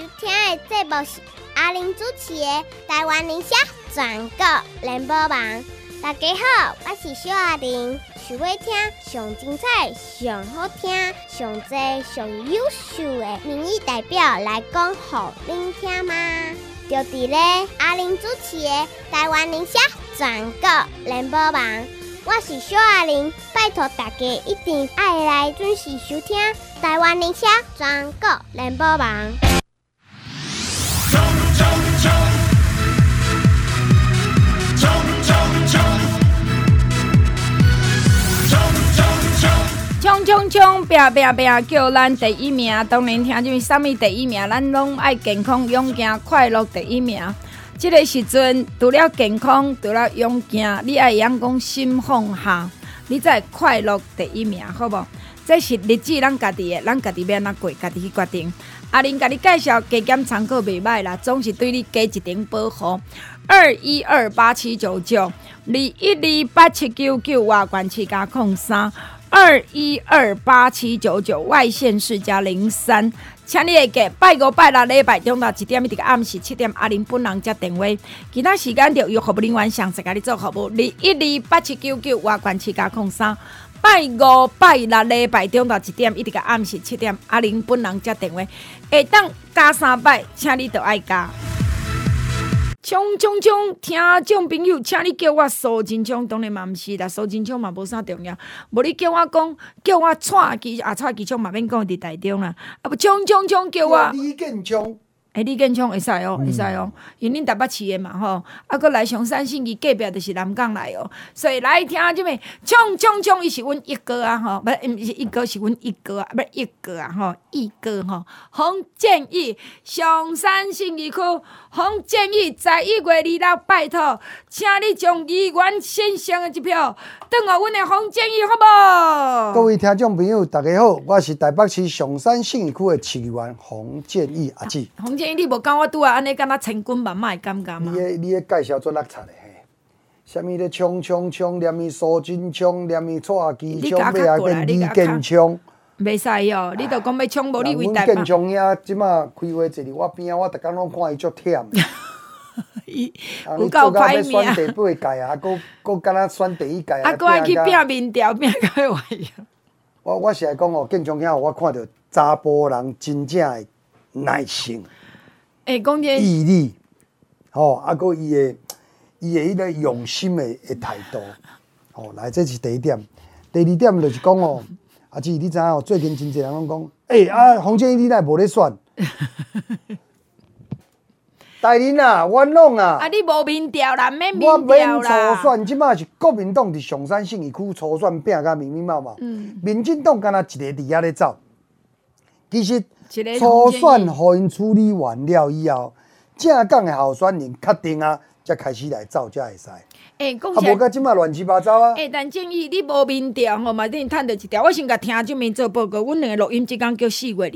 收听的节目是阿玲主持的《台湾理想全国联播网》。大家好，我是小阿玲，想要听上精彩、上好听、上多、上优秀的民意代表来讲给您听吗？就伫咧阿玲主持的《台湾理想全国联播网》。我是小阿玲，拜托大家一定要来准时收听台湾理想全国联播网。 冲冲冲，拼拼拼，叫咱第一名。当然，听就是啥物第一名，咱拢爱健康、勇敢、快乐第一名。这个时阵，除了健康，除了勇敢，你爱阳光心放下，你才快乐第一名，好无？这是日子咱家己的，咱家己要安怎过，家己去决定。阿玲甲你介绍加减参考袂歹啦，总是对你加一点保护。212879921287799外管7加03。2128799外县市加03，请你会记拜5拜6礼拜中到1点，一直到暗时7点，阿玲本人接电话。其他时间就由服务人员详细甲你做服务。2128799外管7加03。拜5拜6礼拜中到1点，一直到暗时7点，阿玲本人接电话。下当加3摆，请你就爱加。冲冲冲！听众朋友，请你叫我苏金昌，当然嘛毋是啦，苏金昌嘛无啥重要。无你叫我讲，叫我蔡机昌嘛免讲伫台中啦。啊不，冲冲冲叫我李建昌。 李建昌会使哦，会使哦，因恁台北市的嘛吼，啊，搁来上山信义隔壁就是南港来哦，所以来听这边冲冲冲，伊是阮一哥啊吼，不是一哥是阮一哥啊，不是一哥啊吼，一哥吼，洪建义上山信义区，洪建义在1月26拜托，请你将议员先生的一票转互阮的洪建义，好无？ 各位听众朋友，大家好，我是台北市上山信义区的市议员洪建义阿姊。 建议你无讲我拄啊，安尼敢若千军万马的感觉嘛？ 你的介绍做落差的嘿，啥物咧冲冲冲，念伊苏金昌，念伊蔡基昌，尾仔变李建昌。 袂使哦，你著讲要冲无你为台阮建昌遐即马开话坐伫我边啊，我逐工拢看伊足忝。 有够歹命。 选第8届啊，搁敢若选第1届啊。 搁爱去拼民调，拼到坏啊！ 我是来讲哦，建昌遐我看到查甫人真正的耐性。 讲这毅力，啊，搁伊的迄个用心的态度，来，这是第一点。第二点就是讲哦，阿姊，你知影哦，最近真侪人拢讲，洪建义你哪无咧选？大林啊，冤枉啊！ 你无民调啦，免民我调啦。 初选，即马是国民党伫上山信义区初选拼甲密密麻麻，民进党敢若一个伫遐咧走，其实。初选互因处理完了以后，正港的候选人确定啊，才开始来走才会使。无甲即马乱七八糟啊！ 但建议你无民调吼嘛，等于趁到一条。我先甲听众面做报告，阮两个录音即天叫4月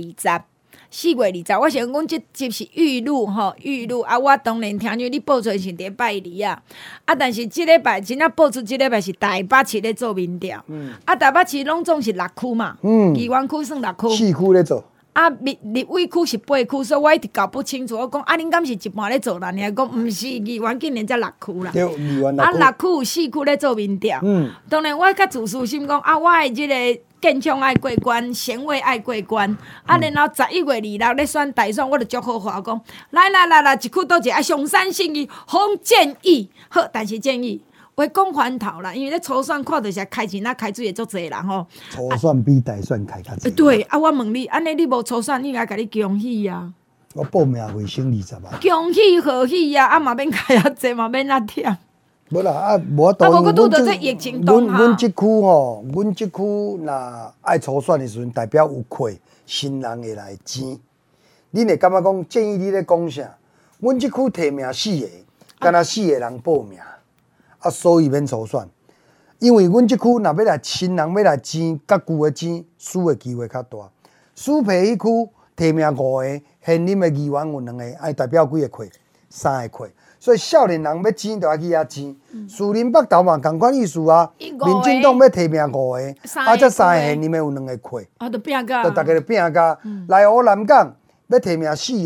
20。4月20，我想阮即集是预录吼，预录啊！我当然听着你报出是伫拜二啊，但是即礼拜真正报出，即礼拜是台北市咧做民调，台北市拢总是6区嘛，议员区算6区 ，4区咧做。 立委区是8区，所以我一直搞不清楚。我讲恁敢是一半咧做人，你讲毋是议员竟然才6区啦。 对，议员6区。 6区有4区咧做民调。当然，我较自私心讲我的即个建昌爱过关，贤惠爱过关。然后11月26咧选大选，我就祝好话讲，来，一区倒一上山信义洪建义好，但是建议。话讲翻头啦，因为咧初选看到是开钱开水的足侪人吼。 初选比大选开较济。 对我问你，安尼你无初选，应该甲你恭喜啊！ 我报名卫生20万。 恭喜贺喜啊！嘛免开遐济，嘛免遐忝。 无啦，无多。 无拄到这疫情当下。 阮即区吼，阮即区若爱初选的时阵，代表有亏，新人会来争。恁会感觉讲建议你咧讲啥？阮即区提名4个，敢若4个人报名。所以免初选，因为阮即区若要来新人要来争，较旧的争，输的机会较大。输皮迄区提名5个，现任的议员有2个，爱代表几个亏？3个亏。所以少年人要争，就要去遐争。士林北投嘛，同款意思啊。民进党要提名5个，这3个现任的有2个亏。 就拼甲。 就大家就拼甲。来湖南港要提名4个。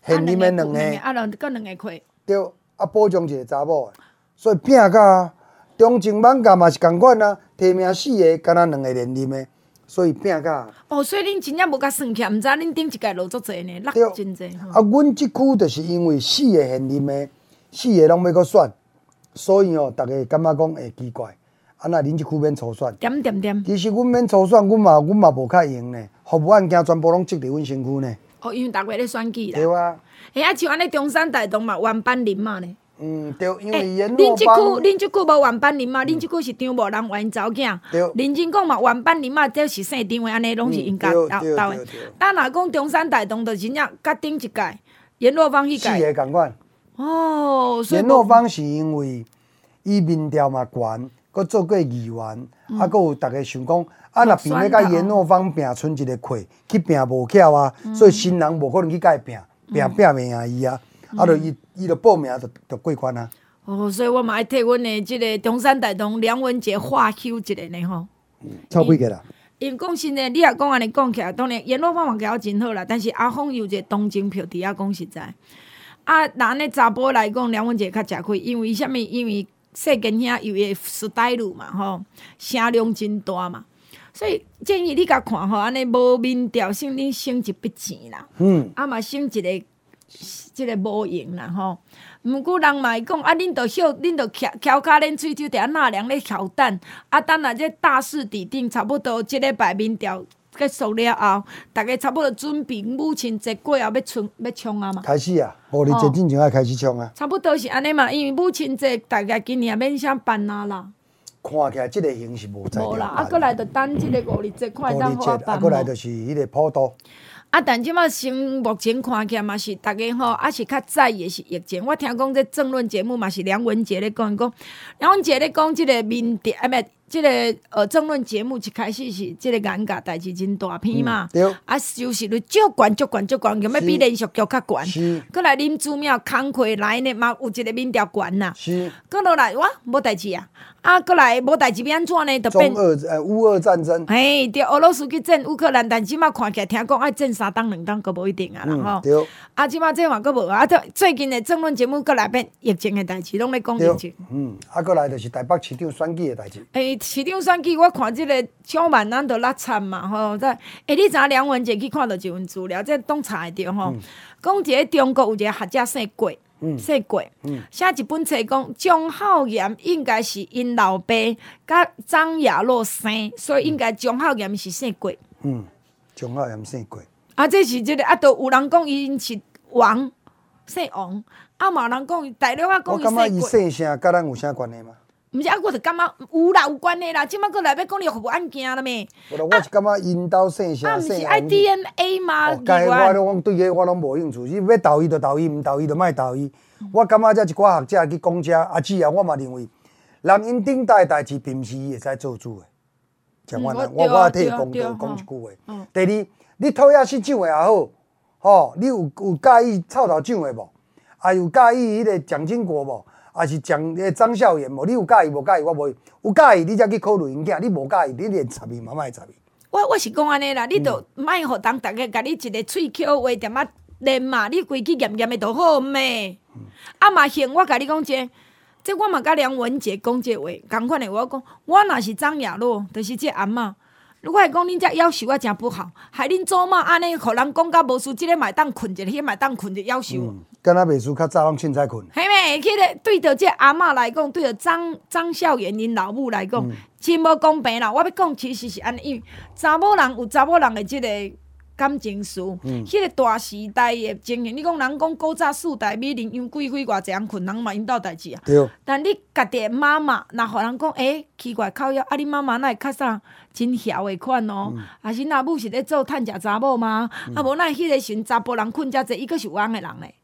现任的两个， 啊，搁两个亏。 对，啊补充一个查某的，所以拼甲中情艋舺嘛是共款啊，提名4个，敢若2个连任的，所以拼甲。 哦，所以恁真正无甲算起来，毋知恁顶一届落足济呢，落真济。 啊，阮即区就是因为4个现任的，4个拢要搁选，所以哦，逐个感觉讲会奇怪，啊那恁即区免初选？ 点。 其实阮免初选，阮嘛无较用呢，服务案件全部拢积伫阮身躯呢。 哦，因为逐月咧选举啦。 对啊。 啊，像安尼中山大同嘛原班人马呢。 对，因为阎罗邦。 恁即区无原班人马，恁即区是张某人原查某囝。林真讲嘛，原班人马这是姓张的，安尼拢是因家斗的。但若讲中山大同，就真正甲顶一届阎罗邦迄届。 4个共款。 哦，所以阎罗邦是因为伊民调嘛悬，佮做过议员，啊，佮有逐个想讲，啊，若拼要甲阎罗邦拼剩一个气，去拼无巧啊，所以新人无可能去甲伊拼袂赢伊啊，啊，就伊就报名就过关啊。 哦，所以我嘛爱替阮的即个中山大同梁文杰话 Q 一个呢吼。 超几个啦？ 因为讲真诶，你若讲安尼讲起来，当然阎罗邦嘛搞真好啦，但是阿凤有一个同情票伫遐讲实在。啊，若安尼查甫来讲，梁文杰较吃亏，因为啥物？因为世间遐有个style嘛吼，声量真大嘛，所以建议你甲看吼，安尼无民调省你省一笔钱啦，啊嘛省一个即个无用啦吼。毋过人嘛会讲，啊，恁着晓，恁着翘骹恁喙手伫纳凉咧翘等，啊，等下这大势已定，差不多即礼拜民调结束了后，大家差不多准备母亲节过后要冲啊嘛。 开始啊，5日节进前要开始冲啊。 差不多是安尼嘛，因为母亲节大概今年也免啥办啊啦。 看起来即个形是无在了。 无啦，啊，过来就等即个5日节看会当好办。 啊，过来就是迄个普渡。 啊，但即马目前看起来嘛是大家吼，啊是较在意的是疫情。我听讲这政论节目嘛是梁文杰咧讲，梁文杰咧讲即个民调，即个政论节目一开始是即个眼界代志真大片嘛，啊收视率足悬，强要比连续剧较悬。过来林祖庙工课来呢嘛有一个民调悬啦，过落来哇无代志啊，啊过来无代志要安怎呢？就变乌俄战争。 嘿，对，俄罗斯去战乌克兰，但即马看起来听讲爱战3档2档，佫无一定啊啦吼。 对。 啊，即马这嘛佫无啊，最近的政论节目佫来变疫情的代志，拢咧讲疫情。 啊，佫来就是台北市长选举的代志。 市长选举，我看即个小万咱都落惨嘛吼。你知影梁文杰去看到一份资料，这当查会着吼。讲一个中国有一个学者姓郭，写一本册讲钟浩炎应该是因老爸甲张亚洛生，所以应该钟浩炎是姓郭。 钟浩炎姓郭。啊， 这是即个啊，都有人讲伊是王，姓王。啊，嘛有人讲大陆啊讲伊姓郭。 我感觉伊姓啥，甲咱有啥关系吗？ 毋是啊，我就感觉有啦，有关系啦。即摆佫来要讲你服务案件了咩？ 我是感觉因兜姓啥姓。 毋是爱 DNA 吗？ 该我拢对迄我拢无兴趣，你要斗伊就斗伊，毋斗伊就莫斗伊。我感觉遮一寡学者去讲遮，啊，只要我嘛认为，人因顶代代志并毋是伊会使做主的。讲完了，我替公道讲一句话。第二，你讨厌市长的也好，吼，你有介意臭头奖的无？啊，有介意迄个蒋经国无？啊是张孝炎无？你有介意无介意？我无有介意，你才去考虑因囝。你无介意，你连插伊嘛莫插伊。 我是讲安尼啦，你著莫互当逐个甲你一个喙口话点仔练嘛，你规矩严严的就好咩？啊嘛行，我甲你讲这我嘛甲梁文杰讲这话，共款的我讲，我若是张亚洛，就是这阿嬷。如果会讲恁遮夭寿啊，真不好，害恁祖妈安尼，互人讲甲无事，即个嘛会当困一下，迄嘛会当困一夭寿。 敢若袂输较早拢凊彩困。 嘿咩？迄个对着这阿嬷来讲，对着张孝炎因老母来讲，真无公平啦。我要讲，其实是安尼，因为查某人有查某人的即个感情事，迄个大时代的情形。你讲人讲古早4代美人杨贵妃偌济人困，人嘛因兜代志啊。 对。但你家己的妈妈，若互人讲，奇怪靠腰，啊，你妈妈哪会较啥真晓的款哦？啊是若母是咧做趁食查某吗？啊无哪迄个时阵查甫人困遮济，伊阁是有翁的人咧。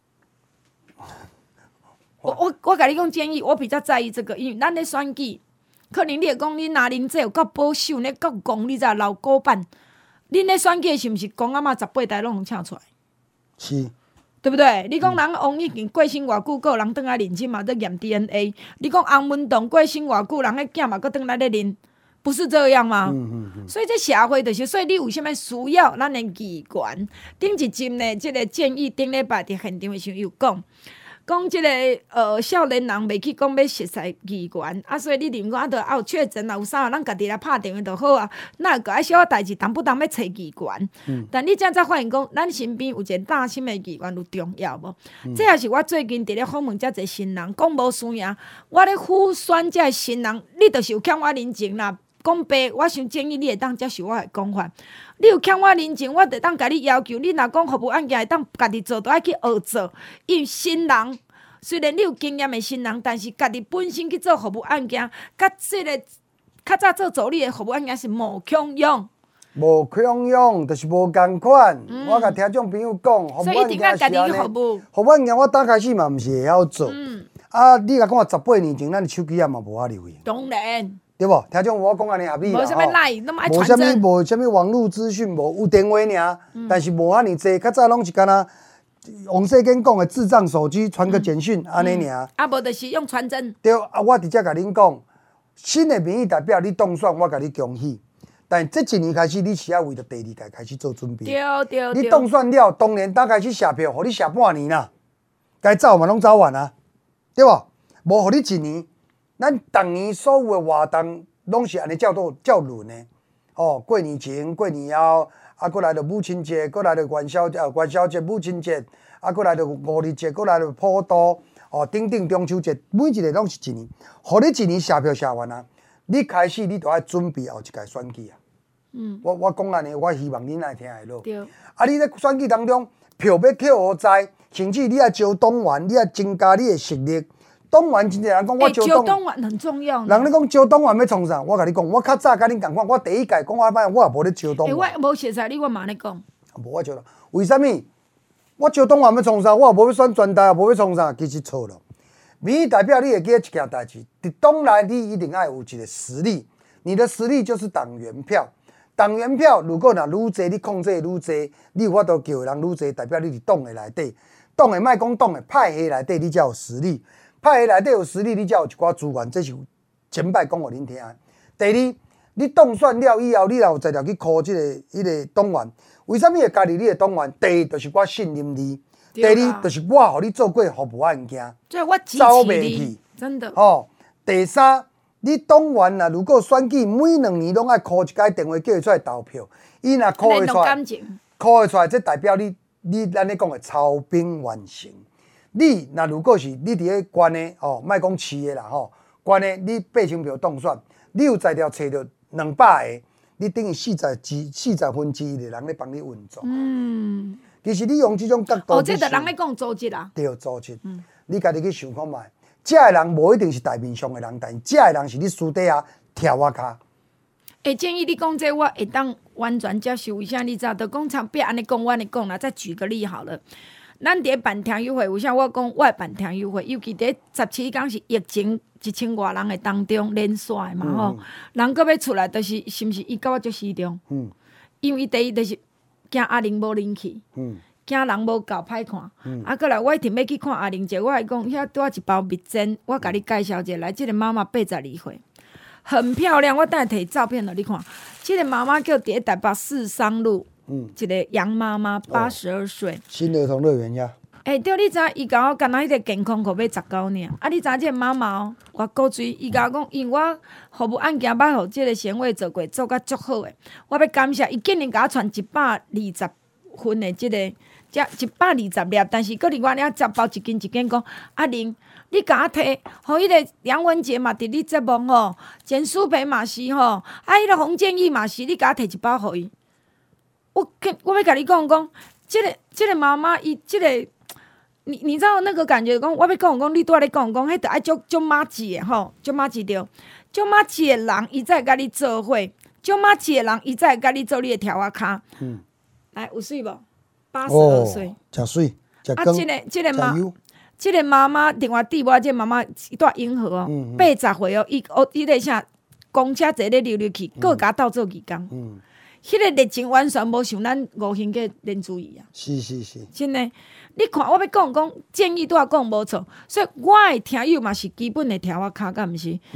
我甲你讲建议，我比较在意这个，因为咱咧选举，可能你会讲，恁阿恁这有够保守，咧够讲，你知老古板。恁咧选举是毋是公阿嬷18代拢请出来？ 是， 对不对？你讲人王已经过身偌久，有人倒来认亲嘛，在验 DNA。你讲洪文栋过身偌久，人迄囝嘛，搁倒来咧认， 不是这样吗？所以这社会就是，所以你有啥物需要，咱的议员顶一集呢，这个建议顶礼拜伫现场的时候有讲这个少年人袂去讲要熟悉议员啊，所以你认为讲有确诊啊，有啥咱家己来拍电话就好啊，那个爱小代志，当不当要找议员？但你这样才发现讲，咱身边有一个大心的议员有重要无？这也是我最近伫咧访问遮侪新人，讲无输赢，我咧呼选遮新人，你就是有欠我人情啦。讲白，我想建议你会当接受我的讲法。你有欠我人情，我就当甲你要求。你若讲服务案件会当家己做，就爱去学做。因为新人虽然你有经验的新人，但是家己本身去做服务案件，甲这个较早做助理的服务案件是无共用。 无共用，就是无共款。我甲听众朋友讲，服务案件是安尼。服务案件我打开始嘛，毋是会晓做。啊，你若讲我18年前，咱手机啊嘛无法留用。 当然。 对无？听种我讲安尼合理啦， 无啥物赖，那么爱传真， 无啥物网络资讯，无有电话尔，但是无安尼济。较早拢是干那王世坚讲的智障手机传个简讯安尼尔。 啊，无就是用传真。 对啊，我直接甲恁讲，新的民意代表你当选，我甲你恭喜。但这一年开始，你是要为着第二届开始做准备。 对。 你当选了，当然当开始写票，互你写半年啦。该走嘛，拢走完啊，对无？无互你一年。咱逐年所有的活动拢是安尼照轮的，哦，过年前、过年后，啊，过来着母亲节，过来着元宵节、母亲节，啊，过来着五日节，过来着普渡，哦，等等中秋节，每一个拢是一年，互你一年写票写完啊，你开始你就要准备后一届选举啊。我讲安尼，我希望恁爱听会落。 对。 啊，你咧选举当中，票要捡何在？甚至你要招党员，你要增加你的实力。党员真侪人讲，我招党员很重要。 人咧讲招党员要创啥？我甲你讲，我较早甲恁共款，我第一届讲我摆，我也无咧招党员。 我无熟悉你，我嘛咧讲。 无我招了，为什么？我招党员要创啥？我也无要选全台，也无要创啥，其实错了。民意代表你会记一件代志，伫党内你一定要有一个实力，你的实力就是党员票。党员票如果若愈侪，你控制愈侪，你有法度叫人愈侪，代表你伫党的内底。党的莫讲党的派系内底，你才有实力。派系内底有实力，你才有一寡资源，这是前摆讲互恁听。第二，你当选了以后，你若有才调去考迄个党员，为什么会加入你的党员？第一，就是我信任你；第二，就是我互你做过服务案件， 所以我支持你，真的。 哦，第三，你党员啊，如果选举每2年拢爱 call 一届电话叫伊出来投票，伊若 call 会出来，这代表你咱咧讲的操兵完成。你那如果是你伫咧县的哦，莫讲市的啦吼，县的你8000票当选，你有才调找到200个，你等于40%的人咧帮你运作。其实你用这种角度， 这个人咧讲组织啦， 对，组织。你家己去想看觅，这个人无一定是台面上的人，但这个人是你私底下跳我骹。 会建议你讲这，我会当完全接受。为啥你知道？就讲常别安尼讲，我安尼讲啦。再举个例好了。咱伫办听友会，为啥我讲我会办听友会？尤其伫17天是疫情1000多人的当中连续的嘛吼，人搁要出来，就是是毋是伊甲我足始终？因为第一就是惊阿玲无人气，惊人无够歹看。啊，过来我一定要去看阿玲姐，我来讲遐拄啊一包蜜饯，我甲你介绍一下，来，这个妈妈82岁，很漂亮。我等下摕照片互你看，这个妈妈叫伫台北市商路。一个杨妈妈82岁， 新儿童乐园呀。 对，你知影伊甲我干那迄个健康课要19年，啊，你知影这个妈妈哦，我鼓吹，伊甲我讲，因为我服务案件捌互这个贤惠做过，做甲足好诶，我要感谢伊，竟然甲我传120份的这个，这120粒，但是搁另外了接包一斤讲，阿玲，你甲我摕，互迄个杨文杰嘛，伫你节目吼，简书培嘛是吼，啊，迄个洪建义嘛是，你甲我摕1包互伊。我要甲你讲，这个妈妈，伊这个，你知道那个感觉？讲我要讲，你拄仔咧讲，迄着爱足马志的吼，足马志着，足马志的人，伊才会甲你做伙，足马志的人，伊才会甲你做你的条仔卡。来，有水无？82岁， 真水，真光。这个妈妈电话底我这妈妈一段婴儿哦，80岁哦，伊咧啥公车坐咧溜去，搁甲斗做义工。迄个热情完全无像咱5星嘅连注意啊！ 是， 真诶，你看我要讲建议拄仔讲无错，所以我的听友嘛是基本的条仔卡，敢毋是？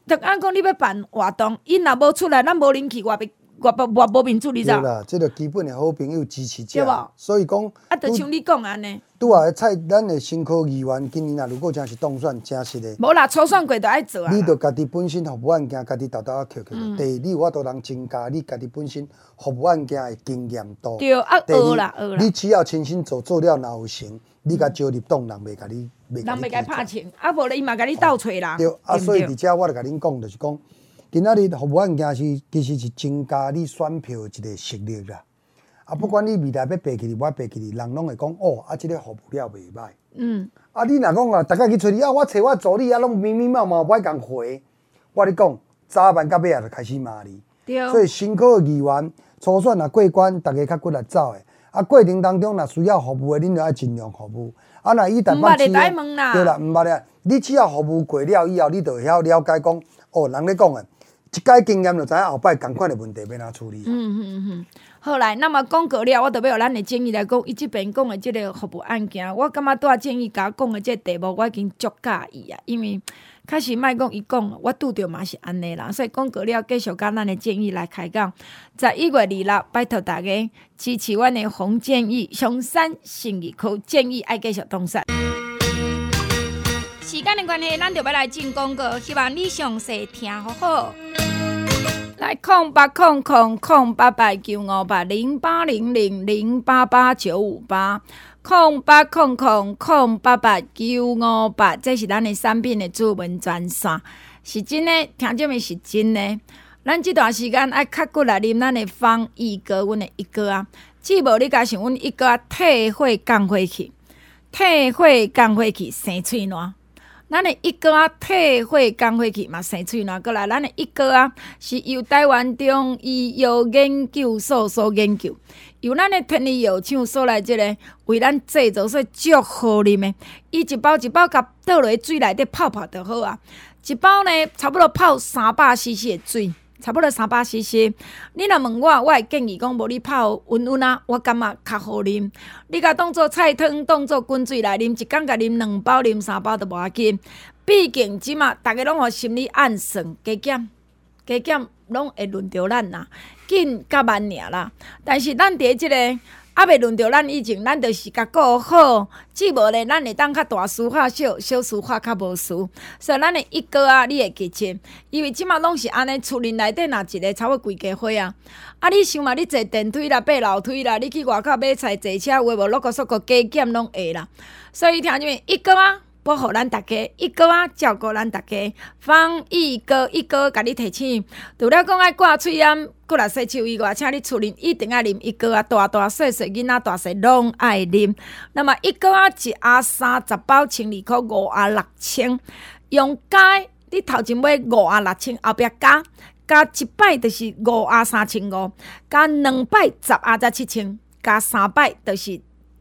就按讲你要办活动，伊若无出来，咱无人去，我无面子，你知道？ 对啦，这个基本的好朋友支持者， 对无？ 所以讲， 就像你讲安尼。 拄啊，咱的新科议员今年如果真是当选正式的， 无啦，初选过就爱做啊。 你着家己本身服务案件，家己豆豆啊捡起。第二，你有法度通增加你家己本身服务案件的经验度。 对，学啦。 你只要亲身做了，若有成，你甲招入党，人袂甲你， 人袂甲拍枪，无咧伊嘛甲你斗找啦。 对，所以伫遮我着甲恁讲，就是讲，今仔日服务案件其实是增加你选票的一个实力啦。不管你未来要爬起哩，我爬起哩，人拢会讲哦，即个服务了袂歹。你若讲啊，逐个去找你我找我助理拢密密麻麻不爱共回。我咧讲，早晚到尾就开始骂你。 对。 所以新科议员初选若过关，逐个较骨力走的。过程当中若需要服务的，恁就要尽量服务。若伊台北市对啦，毋捌咧。你只要服务过了以后，你就晓了解讲，哦，人咧讲的，一摆经验就知影后摆共款的问题要哪处理。 好来，那么讲过了，我就要有咱的建议来讲，伊即边讲的即个服务案件，我感觉拄仔建议甲讲的即个题目，我已经足介意啊，因为开始莫讲伊讲，我拄着嘛是安尼啦，所以讲过了，继续甲咱的建议来开讲。11月26，拜托大家支持阮的洪建议，松山信义区建议爱继续当选。时间的关系，咱就要来进广告，希望你详细听好好。来0800-088-958，0800-088-958，这是咱的产品的主文专线，是真的，听众们是真的。咱这段时间爱较骨来啉咱的芳益哥，阮的一哥啊，只无你甲想阮一哥啊，退火降火气，生喙烂。咱的一哥啊，退火降火气嘛，生喙烂。过来，咱的一哥啊，是由台湾中医药研究所所研究，由咱的天理药厂所来即个为咱制造，所以足好啉的。伊一包一包甲倒落水内底泡就好啊。一包呢，差不多泡300cc 的水。差不多300cc，你若问我会建议讲，无你泡温温啊，我感觉较好啉。你甲当做菜汤，当做滚水来啉，一工甲啉2包、啉3包都无要紧。毕竟即马大家拢互心理暗算，加减拢会轮到咱啦，紧甲慢尔啦。但是咱伫即个未轮到咱以前，咱就是甲顾好，只无咧，咱会当较大事化小，小事化较无事。所以咱的一哥啊，你会记清，因为即马拢是安尼，厝林内底若一个差不多规家伙啊。你想嘛，你坐电梯啦，爬楼梯啦，你去外口买菜、坐车，话无啰嗦加减拢会啦。所以听见没？一哥啊，保护咱大家，一哥啊，照顾咱大家。防疫哥，一哥甲你提醒，除了讲爱挂喙烟。过来洗手以外，请你厝里一定要啉一个啊，大细细囡仔大细拢爱啉。那么一个啊，一盒30包1,200块，5盒6000。用加，你头前买5盒6000，后壁加一摆就是5盒3500，加2摆10盒才7000，加3摆就是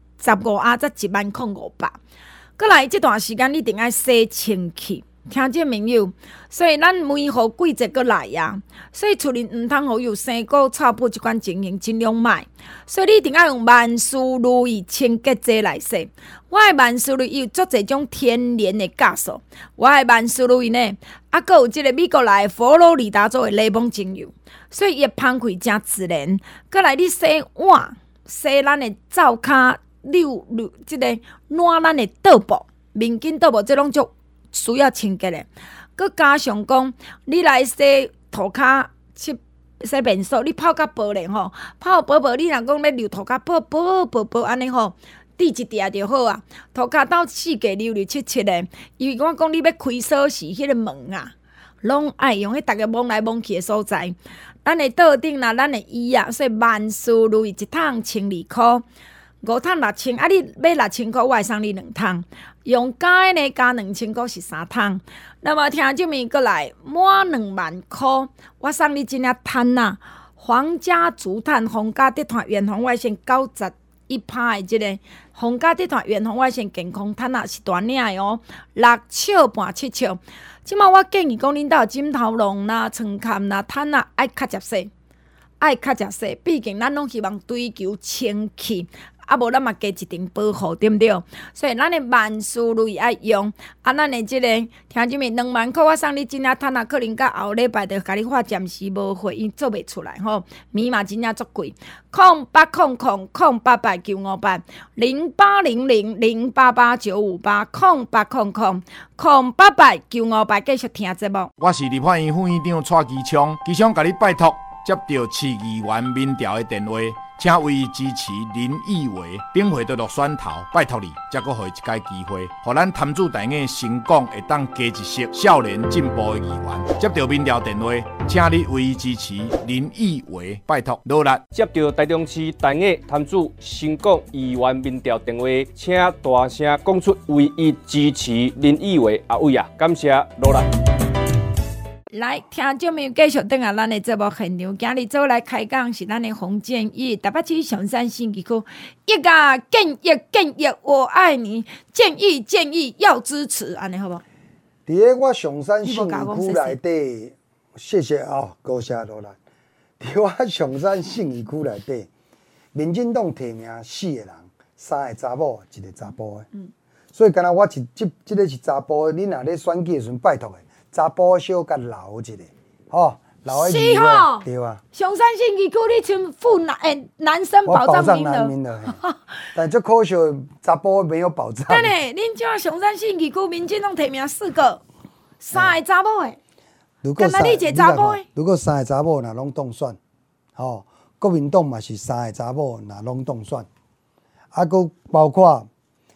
15盒才10500。过来这段时间你一定要洗清气。听见朋友，所以咱梅雨季节过来呀，所以厝里毋通互有生果、臭布即款情形，尽量莫。所以你一定要用万事如意清洁剂来洗。我的万事如意有足侪种天然的酵素，我的万事如意呢，阁有即个美国来的佛罗里达州的柠檬精油，所以伊的香气真自然。过来你洗碗、洗咱的灶骹、即个烂咱的桌布、面巾桌布，这拢足需要清洁的，佮加上讲，你来洗涂骹、洗面所，你泡较薄咧吼，泡薄，你若讲咧流涂骹，薄安尼吼，滴一滴就好啊。涂骹到四界溜七的，因为我讲你要开锁匙，迄个门啊，拢爱用迄逐个摸来摸去的所在。咱的桌顶啦，咱的椅啊，所以万事如意，一桶1,200块，5桶6000，啊，你买6000块，我会送你2桶。用加的呢，加2000块是3桶。那么听这面过来满2万块，我送你一领毯啊，皇家竹毯，皇家地毯远红外线91%的这个皇家地毯远红外线健康毯啊，是大领的哦，6尺半7尺。即马我建议讲，恁兜枕头笼啦、床垫啦、毯啊，爱较接细。爱较食细，毕竟咱拢希望追求清气， 啊无咱嘛加一层保护，对毋对？所以咱的万事如意爱用，啊，咱的即个听即面2万块，我送你真正趁啊，可能到后礼拜就甲你发暂时无回应做袂出来吼，米嘛真正足贵，0800-088-958，0800-088-958，0800-088-958，继续听节目。 我是立法院副院长蔡其昌，其昌甲你拜托接到市议员民调的电话，请为支持林义伟顶回得落选头，拜托你，才阁予一届机会，互咱潭子大雅成功会当加一席少年进步的议员。接到民调电话，请你为支持林义伟，拜托努力。 接到台中市大雅潭子成功议员民调电话，请大声讲出唯一支持林义伟阿伟啊！感谢努力。 来，听众朋友继续登下咱的节目现场，今日做来开讲是咱的洪建义，台北市上山新义区一个建议，我爱你，建议要支持，安尼好无？ 伫个我上山信义区内底，谢谢啊，多谢罗兰。伫我上山信义区内底，民进党提名4个人，3个查某，1个查甫的。所以敢若我即个是查甫的，你若咧选举的时阵，拜托的。查甫小甲老一个，吼，老的是吼， 对啊。 上山信义区你像副男生保障名额，但最可惜查甫没有保障。 等下，恁这上山信义区民进党提名4个，3个查某的，敢若你一个查甫的。 如果3个查某若拢当选，吼，国民党嘛是3个查某若拢当选，啊，佫包括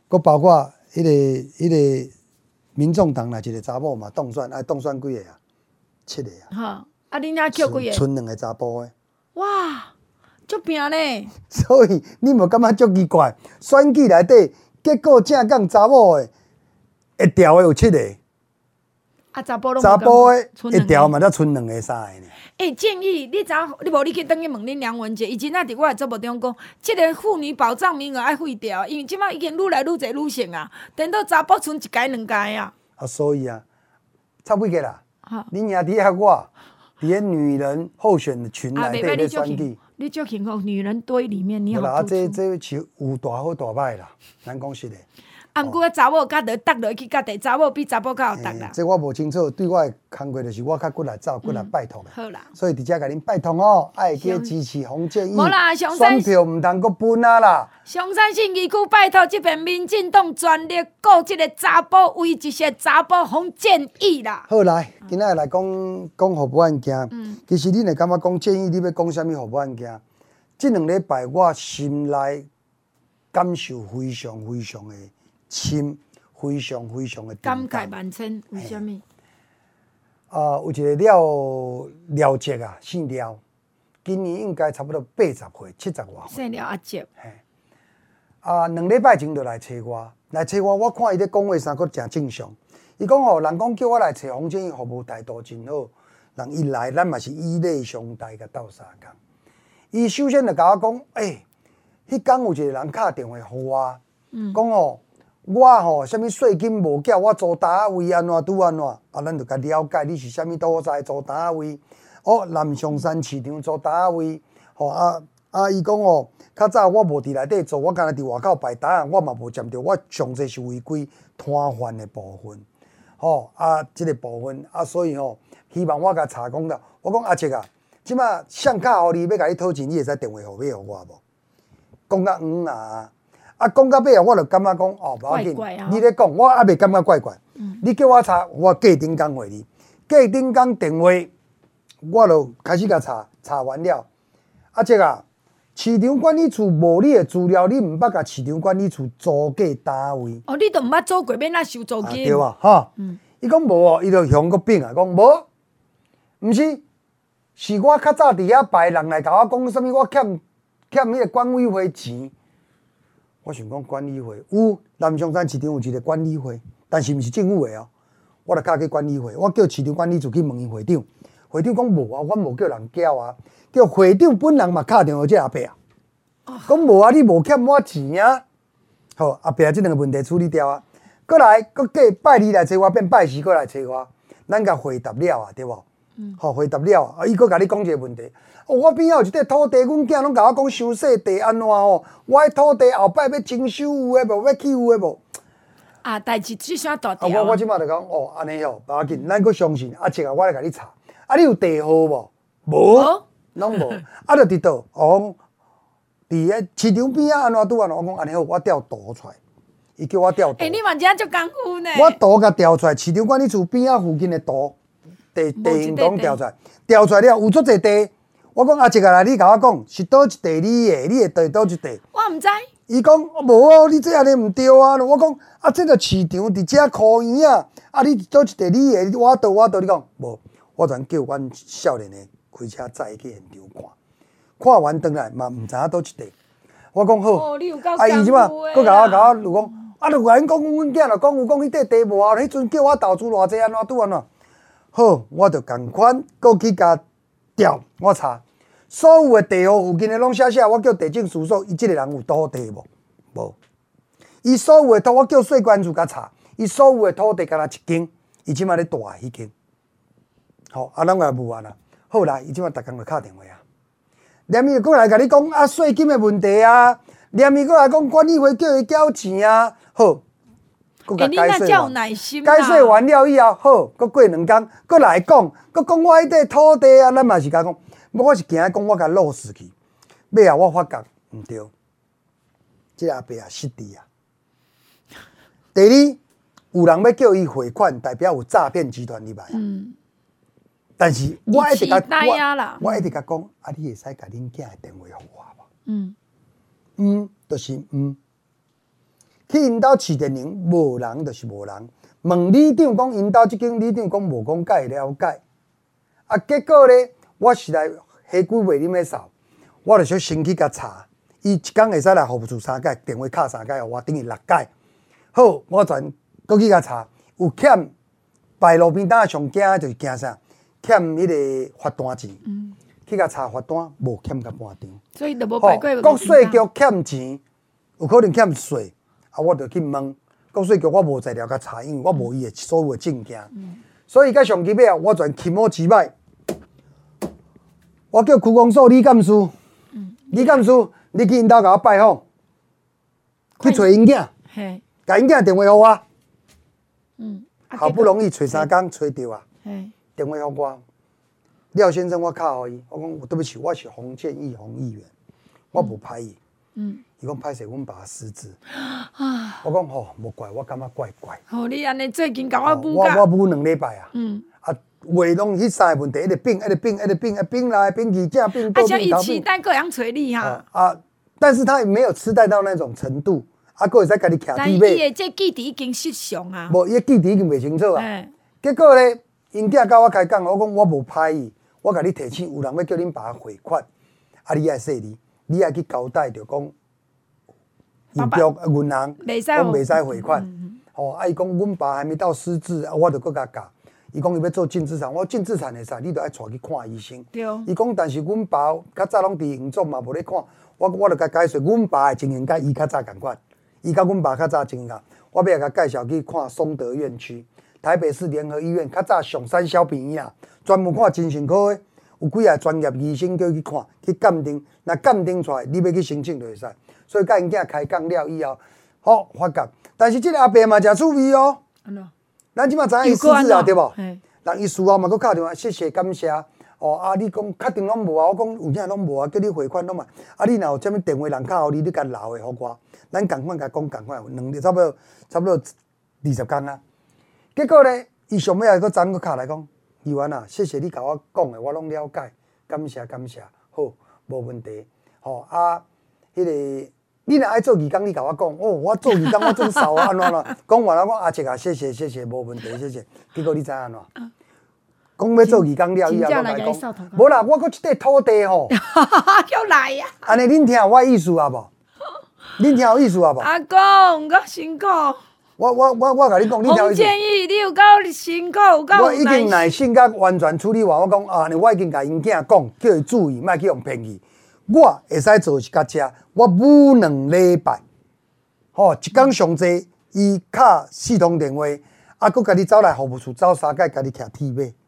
迄个。民众党若一个查某嘛当选，爱当选几个啊？7个啊。 哈，啊，恁遐叫几个？ 剩2个查甫的。 哇，足拼呢！ 所以你无感觉足奇怪？选举内底，结果正讲查某的会调的有7个， 啊，查甫的会调嘛，才剩2个3个呢。 建议你你去等去问恁梁文杰，伊真正伫我的节目中讲，即个妇女保障名额爱废掉，因为即摆已经愈来愈侪女性啊，等到查甫剩1届2届啊。 啊，所以啊，差几个啦？恁兄弟还我，伫个女人候选的群内底咧选举。 你足幸福，女人堆里面你好。 啊，这是有大好大歹啦，咱讲实的。 啊，毋过查某较得搭落去，较地查某比查甫较有搭啦。 这我无清楚，对我的工作就是我较骨来走，骨来拜托的。 好啦， 所以伫遮甲恁拜托哦，爱记支持洪建义。 无啦，选票毋通阁分啊啦。 上山信义区拜托这边民进党全力顾即个查甫，为一些查甫洪建义啦。 好来，今仔来讲服务案件。其实恁会感觉讲建议，你要讲啥物服务案件？这2礼拜我心内感受非常的。非常的感慨万千，为什么？ 有一个廖杰啊，姓廖，今年应该差不多80岁，70外岁。 姓廖阿杰。 2礼拜前就来找我，我看伊咧讲话啥佫诚正常。伊讲吼，人讲叫我来找洪建义服务态度真好，人一来，咱嘛是以礼相待，甲斗相共。伊首先就甲我讲，迄天有一个人敲电话互我，讲吼。我吼，啥物税金无缴，我租单位安怎拄安怎？啊，咱就甲了解你是啥物所在租单位。哦，南上山市场租单位。吼伊讲哦，较早我无伫内底做，我干那伫外口摆单，我嘛无占着，我上济是违规摊贩的部分。吼即个部分所以吼，希望我甲查讲到，我讲阿姐啊，即马上卡互你要甲你讨钱，你会使电话号码互我无？讲到啊。讲到尾啊，我就感觉讲无要紧。你咧讲，我还袂感觉怪怪。你叫我查，我隔顶工回你。隔顶工电话，我就开始甲查完了。这个市场管理处无你的资料，你毋捌甲市场管理处租过单位。 哦，你都毋捌做过，免那收租金。 对啊，哈。伊讲无哦，伊就向个变啊，讲无，毋是，是我较早伫遐摆人来甲我讲啥物，我欠迄个管委会钱。我想讲管理会有南上山市场有一个管理会，但是毋是政府的哦。我就敲去管理会，我叫市场管理处去问伊会长，会长讲无啊，我无叫人缴啊，叫会长本人嘛敲电话即阿伯啊，讲无啊，你无欠我钱啊。好，阿伯啊，即2个问题处理掉啊。过来，过拜2来找我，变拜4过来找我，咱甲回答了啊，对无？ 吼，回答了，伊佫甲你讲一个问题。我边仔有一块土地，阮囝拢甲我讲收细地安怎吼？我迄土地后摆要征收有诶无？要起有诶无？ 啊，代志即啥大啊， 条？ 我即摆就讲哦，安尼吼，无要紧，咱佫相信。啊，一个我来甲你查。啊，你有地号无？无，拢无。啊，就伫倒，哦，伫迄市场边仔安怎拄安怎？我讲安尼好，我调图出来。伊叫我调图。 你嘛真足功夫呢。 我图甲调出来，市场管理处边仔附近的图，地形图调出来，调出来了有足侪地。我讲啊，一个来，你甲我讲是倒一地你的地倒一地。 我毋知。 伊讲无哦，你这安尼毋对啊！我讲啊，这个市场伫遮科院啊，啊，你倒一地你的，我倒，你讲无，我全叫阮少年的开车载去现场看，看完转来嘛毋知影倒一地。我讲好， 哦，你有够啊，伊即摆佫甲我就讲，啊，就甲因讲，阮囝就讲有讲迄块地无啊，迄阵叫我投资偌济安怎拄安怎？好，我就共款佫去甲调，我查。所有的地号附近的拢写，我叫地政事所，伊即个人有土地无？无。伊所有的土，我叫税关处甲查，伊所有的土地敢若一间，伊即摆咧大迄间。好，啊，咱来问啊啦。好啦，伊即摆逐工就敲电话啊。连伊过来甲你讲啊，税金的问题啊，连伊过来讲管理费叫伊缴钱啊。好，佫甲解释完，解释完了以后，好，佫过2工，佫来讲，佫讲我迄块土地啊，咱嘛是甲讲。我是惊讲，我甲落实去，尾啊，我发觉毋对，即个阿伯啊失智啊。第二，有人要叫伊汇款，代表有诈骗集团入来啊。但是我一直甲我一直甲讲，啊，你会使甲恁囝的电话互我无？就是去因兜市电铃，无人就是无人。问里长讲，因兜即间里长讲无讲甲会了解，啊，结果咧。我实在下久袂啉咧扫，我就小先去甲查。伊一工会使来服务处3届，电话敲3届，互我等于6届。好，我全搁去甲查，有欠摆路边摊上惊就是惊啥？欠迄个罚单钱。去甲查罚单，无欠甲半张。 所以就无摆过。 国税局欠钱，有可能欠税，啊，我就去问国税局，我无材料甲查，因为我无伊的所有的证件。所以甲上级尾啊，我全起毛几摆。我叫区公所李干事，李干事，你去因兜甲我拜访，去找因囝，甲因囝电话互我。好不容易找3工找着啊，电话互我。廖先生，我敲互伊，我讲对不起，我是洪建义洪议员，我无拍伊。伊讲歹势，阮爸失智。我讲吼，无怪，我感觉怪怪。 哦，你安尼最近甲我补我补2礼拜啊。话拢迄3个问题，一直变来变去，正变倒变头变。 而且伊痴呆个样找你哈。 但是他也没有痴呆到那种程度，佫会使家己徛地但伊的这记忆已经失常啊。 无，伊的记忆已经袂清楚啊。结果咧，因囝甲我开讲，我讲我无歹伊，我甲你提醒，有人要叫恁爸汇款，啊，你爱说你爱去交代着讲，邮局银行讲袂使汇款。吼，伊讲阮爸还没到失智，我就佫甲教。伊讲伊要做净资产，我净资产会使，你着爱带去看医生。伊讲，但是阮爸较早拢伫营总嘛，无咧看。我着甲解释，阮爸的情形甲伊较早共款，伊甲阮爸较早情形共。我尾甲介绍去看松德院区、台北市联合医院，较早上山小病院啊，专门看精神科的，有几个专业医生叫去看，去鉴定。若鉴定出来，你要去申请就会使。所以甲因囝开讲了以后，好发觉。但是即个阿伯嘛真趣味哦。咱即马知影伊失智啊，对无？人伊事后嘛佫敲电话，谢谢感谢。哦啊，你讲确定拢无啊？我讲有影拢无啊，叫你汇款拢嘛。啊，你若有啥物电话人敲互你，你甲留诶互我。咱共款甲讲共款，2日差不多20工啊。结果咧，伊上尾还佫昨佫敲来讲，议员啊，谢谢你甲我讲诶，我拢了解，感谢。好，无问题。吼啊，迄个。你若爱做义工，你甲我讲，我做义工，我真少啊，安怎啦？讲完了，讲阿姐啊，谢谢，无问题，谢谢。结果你知影安怎？讲要做义工了以后，我来讲，无啦，我佫一块土地吼， 叫来呀！ 安尼恁听有我意思啊无？恁听有意思啊无？ 阿公，够辛苦。 我甲你讲，你听有意思。 洪建义，你有够辛苦，有够我已经耐心甲完全处理完，我讲啊，我已经甲因囝讲，叫伊注意，莫去用骗去。我会使做是甲遮，我每2礼拜，吼一工上济，伊敲4通电话，啊，佫家己走来服务处走3届，家己徛铁马，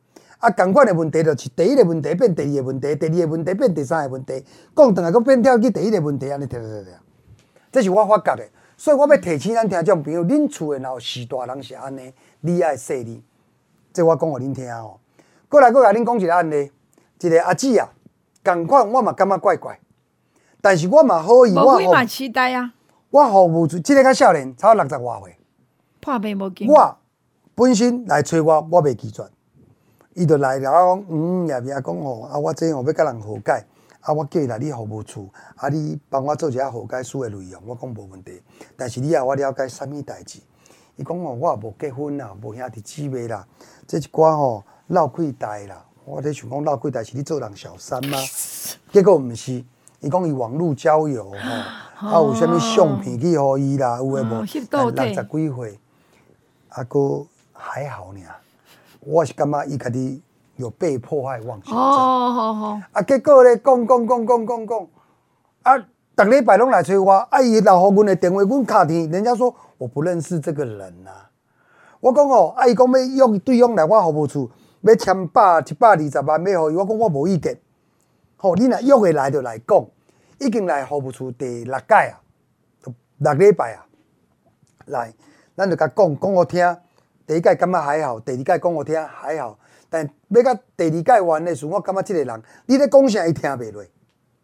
啊，同款的问题就是第一个问题变第二个问题，第二个问题变第三个问题，讲转来佫变跳去第一个问题，安尼跳。这是我发觉的，所以我要提醒咱听众朋友，恁厝的若有4大人是安尼，你爱说你，这我讲互恁听哦。过来，甲恁讲一个案例，一个阿姊啊，同款我嘛感觉怪怪，但是我嘛好意， 无几嘛期待啊。 我服务处即个较少年，差60外岁， 破病无紧。 我本身来找我袂拒绝，伊就来了讲，也讲吼，啊，我这吼要甲人和解，啊，我叫伊来你服务处，啊，你帮我做一下和解书的内容，我讲无问题。但是你啊，我了解啥物代志？伊讲吼，我也无结婚啦，无兄弟姊妹啦，这一寡吼闹亏代啦。我咧想讲闹亏代是你做人小三吗？结果毋是，伊讲伊网络交友吼，啊有啥物相片去互伊啦，有诶无？60几岁，啊个还好尔。我是感觉伊家己有被迫害妄想症。 好。 啊，结果咧讲，啊，逐礼拜拢来找我，啊，伊留互阮的电话，阮敲天，人家说我不认识这个人啊。我讲哦，啊，伊讲要约对方来我服务处，要签120万要互伊，我讲我无意见。吼，你若约会来就来讲，已经来服务处第6届啊，6礼拜啊，来，咱就甲讲互听。第一届感觉还好，第二届讲互听还好，但要到第2届完的时，我感觉这个人，你咧讲啥伊听袂落，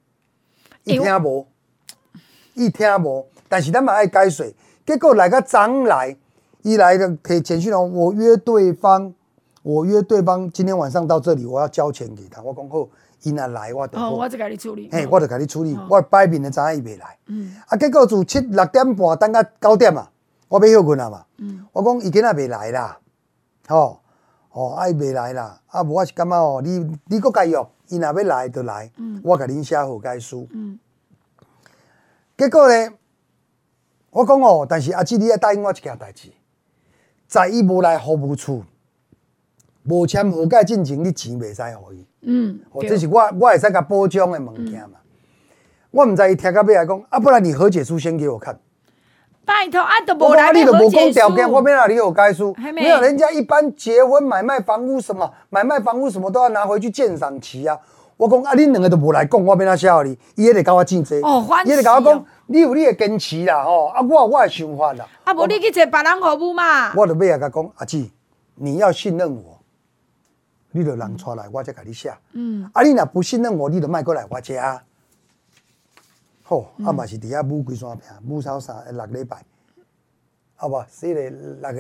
伊听无，但是咱嘛爱解说。结果来个昨来，伊来的摕简讯哦，我约对方今天晚上到这里，我要交钱给他。我讲好，伊若来我就好。 我就甲你处理。 嘿，我就甲你处理，我摆面的知影伊袂来。啊，结果自6点半等到9点啊。我要休困啊嘛，我讲伊今仔袂来啦，吼，伊袂来啦，啊无我是感觉哦，你搁介约，伊若要来就来，我甲恁写和解书。结果呢，我讲哦，但是阿姊你要答应我一件代志，在伊无来服务处，无签和解进前，你钱袂使互伊。这是我会使甲保障的物件嘛。我毋知伊听到尾来讲，啊，不然你和解书先给我看。 拜托，啊，都无来你都无讲条件，我要哪里有该书？ 没有，人家一般结婚、买卖房屋什么都要拿回去鉴赏期啊。我讲啊，恁两个都无来讲，我要哪写互你？伊迄个甲我真济，伊迄个甲我讲，你有你的坚持啦，吼，啊，我有我的想法啦。 啊，无你去找别人服务嘛？ 我就尾下甲讲，阿姊，你要信任我，你就人带来，我才甲你写。啊，你若不信任我，你就莫过来我遮。好，啊嘛是伫遐舞规山坪，舞操6礼拜，啊无4个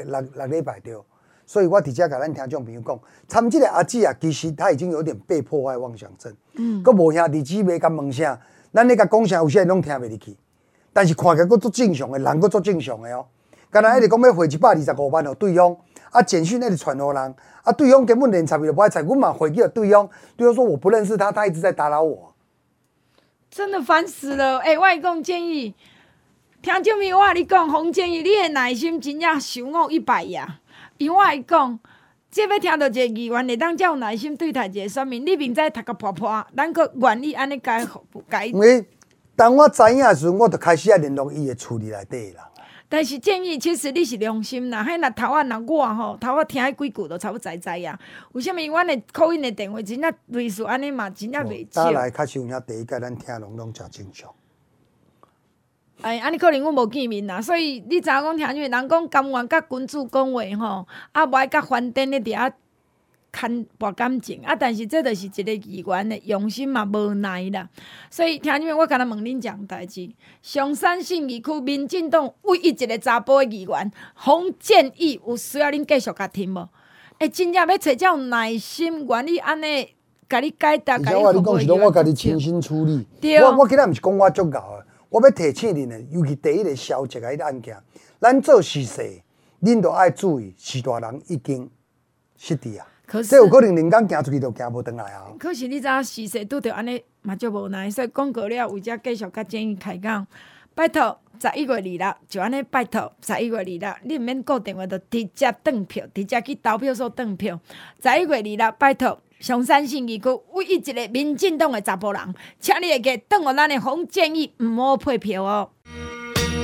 6礼拜对。所以我伫遮甲咱听众朋友讲，参即个阿姊啊，其实他已经有点被破坏妄想症，佮无兄弟姊妹甲问啥，咱咧甲讲啥，有些人拢听袂入去。但是看起来佮足正常的，人佮足正常的哦。敢若一直讲要汇125万互对方，啊简讯一直传互人，啊对方根本连睬伊都不爱睬，阮嘛回给了对方，对方说我不认识他，他一直在打扰我。 真的烦死了！我会讲建议，听众朋友，我跟你讲，洪建议，你的耐心真正伤我100呀！因为我会讲，这要听到一个议员会当遮有耐心对待一个选民，你明知读个破破，咱阁愿意安尼改。 因为当我知影的时候，我就开始联络伊的厝里内底的人。 但是建议，其实你是良心啦，迄若头仔若我吼，头仔听迄几句就差不多知啊。为什么阮的口音的电话真正类似安尼嘛，真正袂少。 打来确实有影第一届咱听拢真正常。 安尼可能阮无见面啦，所以你知影讲听因为人讲甘愿甲君主讲话吼，啊无爱甲反正咧伫遐牵博感情啊，但是这就是一个议员的用心嘛无奈啦。所以听因为我敢若问恁一件代志，上山信义区民进党唯一一个查甫的议员洪建义有需要恁继续甲听无？真正要找这有耐心，愿意安尼甲你解答，甲你服务。 你讲是拢我家己亲身处理。 对。 我今仔毋是讲我足够的。我要提醒恁的，尤其第一个消极的迄个案件，咱做事势，恁都爱注意，4大人已经失智啊。这有可能人工行出去就行无转来啊。 可是你知影时势拄着安尼嘛足无奈，所以广告了，为遮继续甲建议开讲，拜托11月26就安尼拜托11月26，你毋免固电话，就直接转票，直接去投票所转票。11月26拜托。上山信义区唯一一个民进党的查甫人，请你会记转互咱的洪建义，毋好配票哦。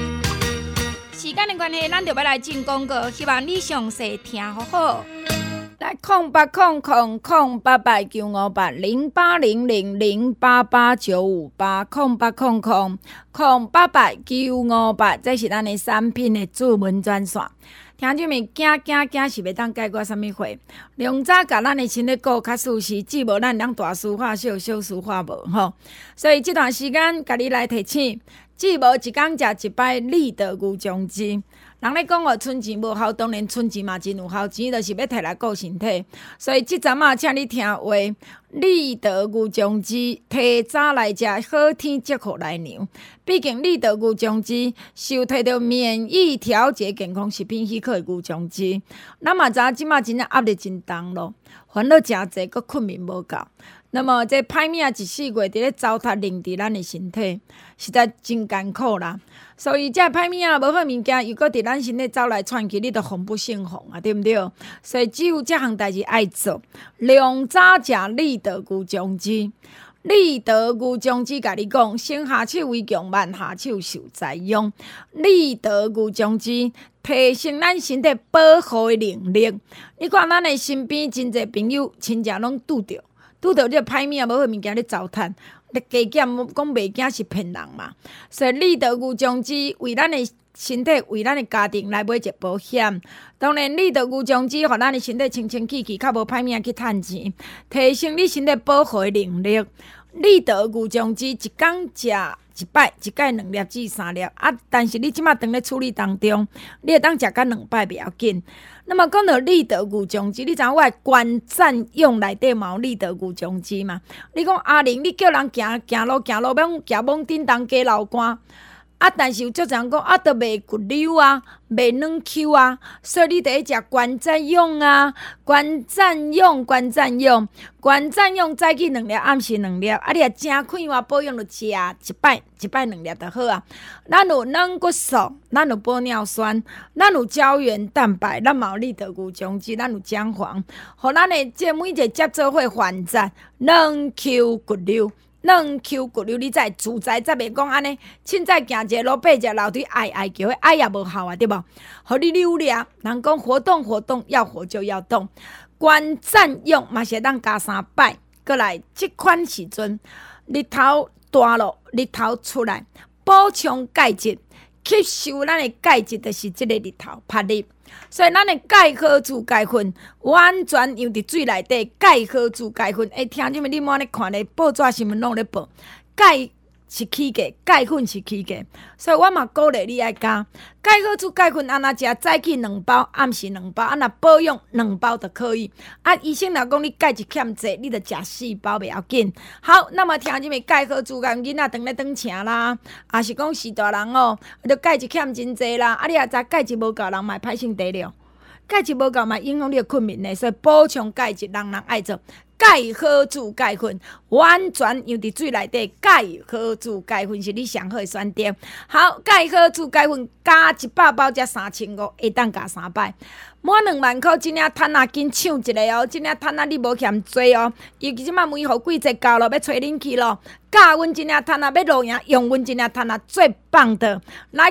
时间的关系，咱就要来进广告，希望你详细听好好。 来0800-088958，0800-088958，这是咱的产品的主文专线。听众们，惊是袂当解决啥物货，量早甲咱的身体顾较舒适，只无咱人大事化小，小事化无吼。所以这段时间，甲你来提醒，只无一工食一摆立德牛酱汁。人咧讲哦，存钱无效，当然存钱嘛真有效，钱就是要摕来顾身体。所以即阵啊，请你听话，立德牛酱汁提早来食，好天即可来娘。毕竟立德牛酱汁受摕到免疫调节健康食品许可的牛酱汁。咱嘛知影即马真正压力真重咯，烦恼诚济，佮困眠无够。那么这歹命14月伫咧糟蹋令伫咱的身体，实在真艰苦啦。所以这歹命无好物件，又搁伫咱身体走来窜去，你都防不胜防啊，对不对？所以只有这项代志爱做，量早食立德牛酱汁。立德牛酱汁甲你讲，先下手为强，慢下手受灾殃。立德牛酱汁提升咱身体保护的能力。你看咱的身边真侪朋友亲戚拢拄着这歹命无好物件咧糟蹋，咧加减讲袂惊是骗人嘛。所以立德牛酱汁为咱的身体、为咱的家庭来买一个保险。当然，立德牛酱汁互咱的身体清清气气，较无歹命去趁钱，提升你身体保护的能力。立德牛酱汁一工食一摆，一摆2粒至3粒啊！但是你即马当咧处理当中，你会当食到2摆袂要紧。那么讲到立德牛酱汁，你知影我的观战用内底嘛有立德牛酱汁嘛？你讲阿玲，你叫人行路，行往顶当加流汗。啊，但是有足人讲啊，都袂骨溜啊，袂软 Q 啊，所以你得食关战用啊，关战用，早起2粒，暗时2粒，啊，你也正快活保养，就食一摆2粒就好啊。咱有软骨素，咱有玻尿酸，咱有胶原蛋白，咱嘛有立德牛酱汁，咱有姜黄，互咱的这每一个接做伙反战，软 Q 骨溜。软 Q 骨溜，你才自在，才袂讲安尼。凊彩行一个路，爬一个楼梯，哀叫，哀也无效啊，对无？互你溜俩，人讲活动，要活就要动。关战用嘛是当加3摆，过来即款时阵，日头大咯，日头出来，补充钙质，吸收咱的钙质，就是即个日头晒日。所以咱的钙好珠钙粉完全用伫水内底，钙好珠钙粉，听你们你莫咧看咧报纸新闻拢咧报，钙是起价，钙粉是起价，所以我嘛鼓励你爱加钙好珠钙粉，安那食早起2包，暗时2包，安那保养2包就可以。啊，医生若讲你钙质欠济，你就食4包袂要紧。好，那么听你们钙好珠钙囡仔当咧当请啦，也是讲是大人哦，就钙质欠真济啦。啊，你也知钙质无够，人嘛歹性低了，钙质无够嘛影响你的困眠呢，所以补充钙质，人爱做。钙好珠钙粉完全用伫水内底，钙好珠钙粉是你上好的选择。好，钙好珠钙粉加100包才3500，会当加3摆，满2万块，真正趁啊紧抢一个哦！真正趁啊你无嫌多哦，尤其即马梅雨季节到了，要吹冷气咯。教阮真正趁啊要露营，用阮真正趁啊最棒的。来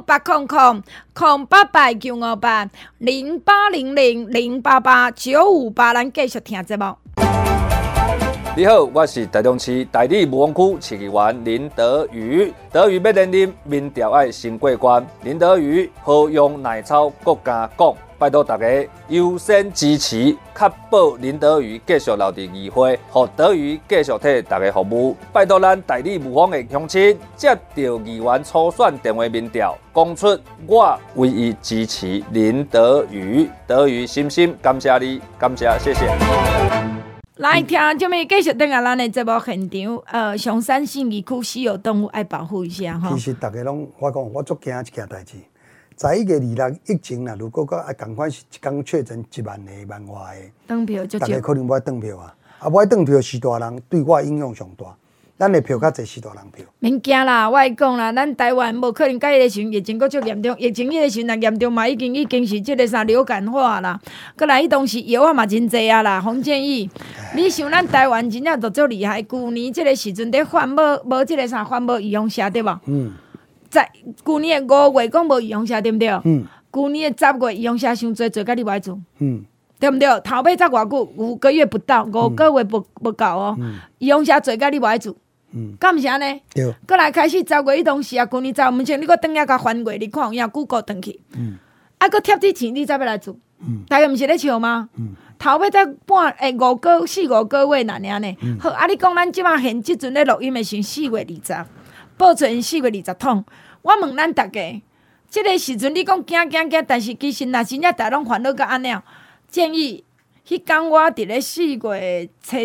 0800-0800-0800-0888-958，咱继续听节目。 你好，我是台中市大理武王区市议员林德瑜。德瑜要连任民调爱先过关，林德瑜好用奶草国家讲，拜托大家优先支持，确保林德瑜继续留伫议会，让德瑜继续替大家服务。拜托咱大理武王的乡亲接到议员初选电话民调，讲出我唯一支持林德瑜。德瑜深深感谢你，感谢，谢谢。 来听，这么继续等下咱的节目现场。上山信义区稀有动物爱保护一下哈。 其实大家拢，我讲我足惊一件代志，在1月2日疫情啦，如果个同款是一天确诊1万个、1万外个， 登票就大家可能无爱登票啊，无爱登票是大人对我影响上大。咱的票较侪是大人票。 免惊啦，我讲啦，咱台湾无可能甲迄个时阵疫情阁足严重，疫情迄个时阵严重嘛，已经是即个啥流感化啦。过来迄当时药啊嘛真济啊啦，洪建义，你想咱台湾真正都足厉害。旧年即个时阵咧反无即个啥反无预防射对无？在旧年的5月讲无预防射对毋对？旧年的10月预防射伤济，甲你无爱做。 对毋对？头尾才偌久，5个月不到，5个月不到哦。伊用啥做，甲你无爱做，敢毋是安尼？ 对。 过来开始10月，伊当时啊，旧年10月前，你搁转遐甲翻过，你看有影久过转去。啊，搁贴纸钱，你才要来做。大家毋是咧笑吗？头尾才5个4、5个月那尔呢。好，啊，你讲咱即马现即阵咧录音的是4月20，报出因4月20通。我问咱大家，即个时阵你讲惊，但是其实若真正大拢烦恼到安尼，建议迄天我伫咧4月初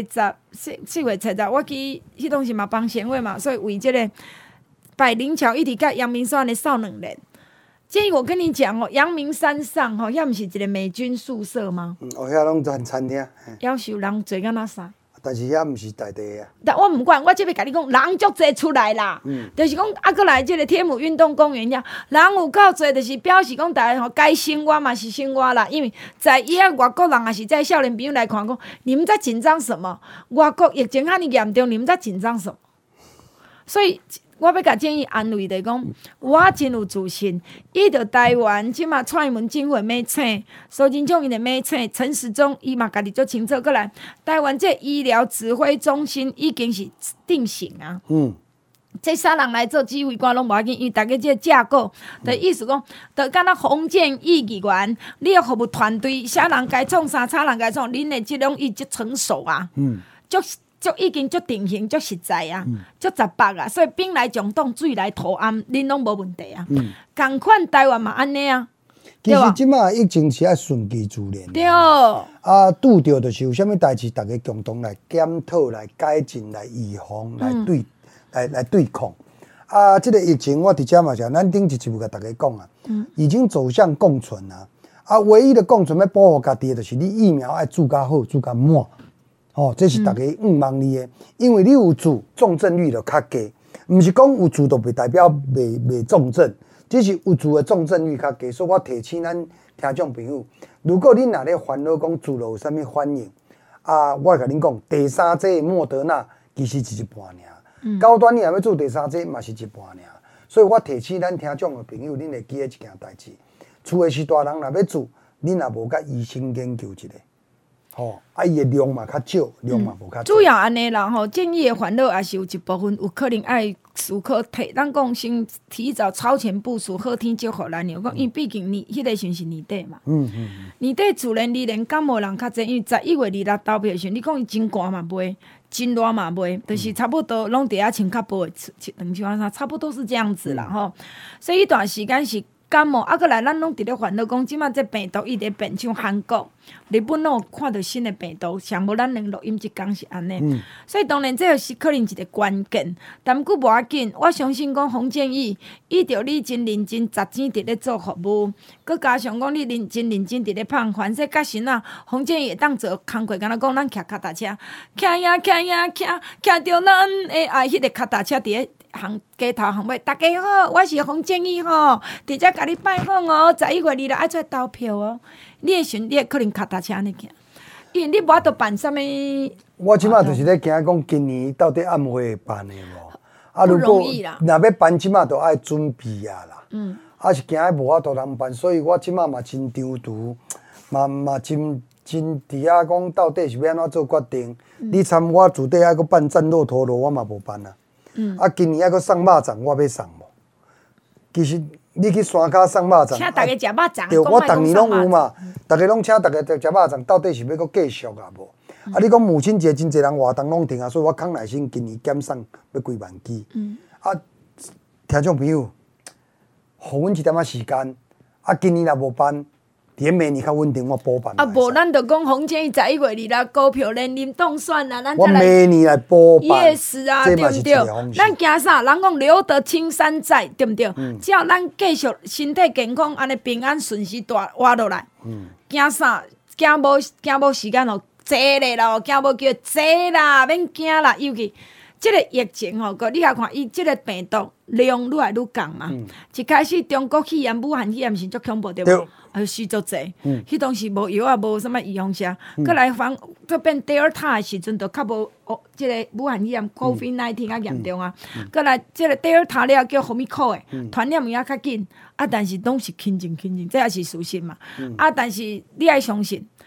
10，我去迄当时嘛帮贤惠嘛，所以为即个百灵桥一直甲阳明山的扫2年。建议我跟你讲哦，阳明山上吼，遐毋是一个美军宿舍吗？ 遐拢全餐厅。 夭寿人侪敢若啥？ 但是遐毋是在地啊。 但我毋管，我即要甲你讲，人足侪出来啦。就是讲，过来即个天母运动公园遐，人有够侪，就是表示讲，大家吼该生活嘛是生活啦。因为在遐外国人也是在少年朋友来看讲，你们在紧张什么？外国疫情遐尼严重，你们在紧张什么？所以。我要甲建议安慰的讲，我真有自信。伊着台湾即马蔡英文政府的马请，苏贞昌因的马请，陈时中伊嘛家己做清楚过来。台湾这医疗指挥中心已经是定型啊。这啥人来做指挥官拢无要紧，因为大家这架构的意思讲，就敢若洪建义议员，你的服务团队，啥人该创啥，啥人该创，恁的这种已经成熟啊。足已经足定型、足实在啊，足十八啊，所以兵来将挡，水来土掩，恁拢无问题啊。共款台湾嘛安尼啊。 其实即马疫情是爱顺其自然。 对。 啊，拄着就是有啥物代志，大家共同来检讨、来改进、来预防、来对抗。啊，即个疫情我伫遮嘛是，咱顶一集有甲大家讲啊，已经走向共存啊。啊，唯一的共存要保护家己的，就是你疫苗爱注较好、注较满。这是大家望你的，因为你有注，重症率就较低。毋是讲有注就袂代表袂重症，只是有注的重症率较低。所以我提醒咱听众朋友，如果恁若咧烦恼讲注了有啥物反应，啊，我甲恁讲，第3剂莫德纳其实是一半尔，高端你若要做第3剂嘛是一半尔。所以我提醒咱听众的朋友，恁会记得一件代志，厝的是大人若要做，恁若无甲医生研究一下。伊的量嘛较少，量嘛无较。 主要安尼啦吼，建议的烦恼也是有一部分有可能爱思考提，咱讲先提早超前部署，好天祝福咱有讲，因为毕竟迄个时阵是年底嘛。年底自然而然感冒人较侪，因为11月26投票时，你讲伊真寒嘛袂，真热嘛袂，就是差不多拢伫遐穿较薄的长袖衫，差不多是这样子啦吼。所以迄段时间是。感冒过来，咱拢伫咧烦恼讲，即马这病毒一直变，像韩国、日本拢有看到新的病毒，上无咱两录音一讲是安尼。所以当然这是可能一个关键，但毋过无要紧，我相信讲洪建义，伊着你真认真砸钱伫咧做服务，佮加上讲你认真伫咧胖，凡说甲神啊，洪建义会当做工课，敢若讲咱骑脚踏车，骑着咱的爱迄个脚踏车伫咧。街头巷尾，大家好，我是洪建义吼，伫遮甲你拜访哦。11月26爱出来投票哦。你会想，你会可能脚踏车安尼行，因为你无法度办啥物。 我即马就是咧惊讲，今年到底暗会办的无？啊，如果若要办，即马都爱准备啊啦。啊是惊无法度通办，所以我即马嘛真张图，嘛真伫遐讲，到底是要安怎做决定？你参我自底爱搁办战斗陀螺，我嘛无办啊。今年还阁送肉粽，我要送无？其实你去山骹送肉粽， 请大家食肉粽。 对，我逐年拢有嘛，大家拢请大家食肉粽，到底是要阁继续啊无？你讲母亲节真侪人活动拢停啊，所以我康乃馨今年减送要几万支。听众朋友，互阮一点仔时间，今年若无办。连明年较稳定，我补办。 无咱就讲洪建义11月26股票连任当选啦，咱我明年来补办。 yes 啊，对毋对？咱惊啥？人讲留得青山在，对毋对？只要咱继续身体健康，安尼平安顺时活落来。惊啥？惊无时间哦，坐咧咯，惊无叫坐啦，免惊啦，尤其。即个疫情吼，你遐看伊即个病毒量愈来愈降嘛。一开始中国肺炎、武汉肺炎是足恐怖对无？死足济。迄当时无药啊，无啥物预防针。过来搁变 Delta 的时阵，就较无即个武汉肺炎 COVID-19 较严重啊。过来即个 Delta 了叫何物科的，传染也较紧。但是拢是轻症，这也是事实嘛。但是你爱相信。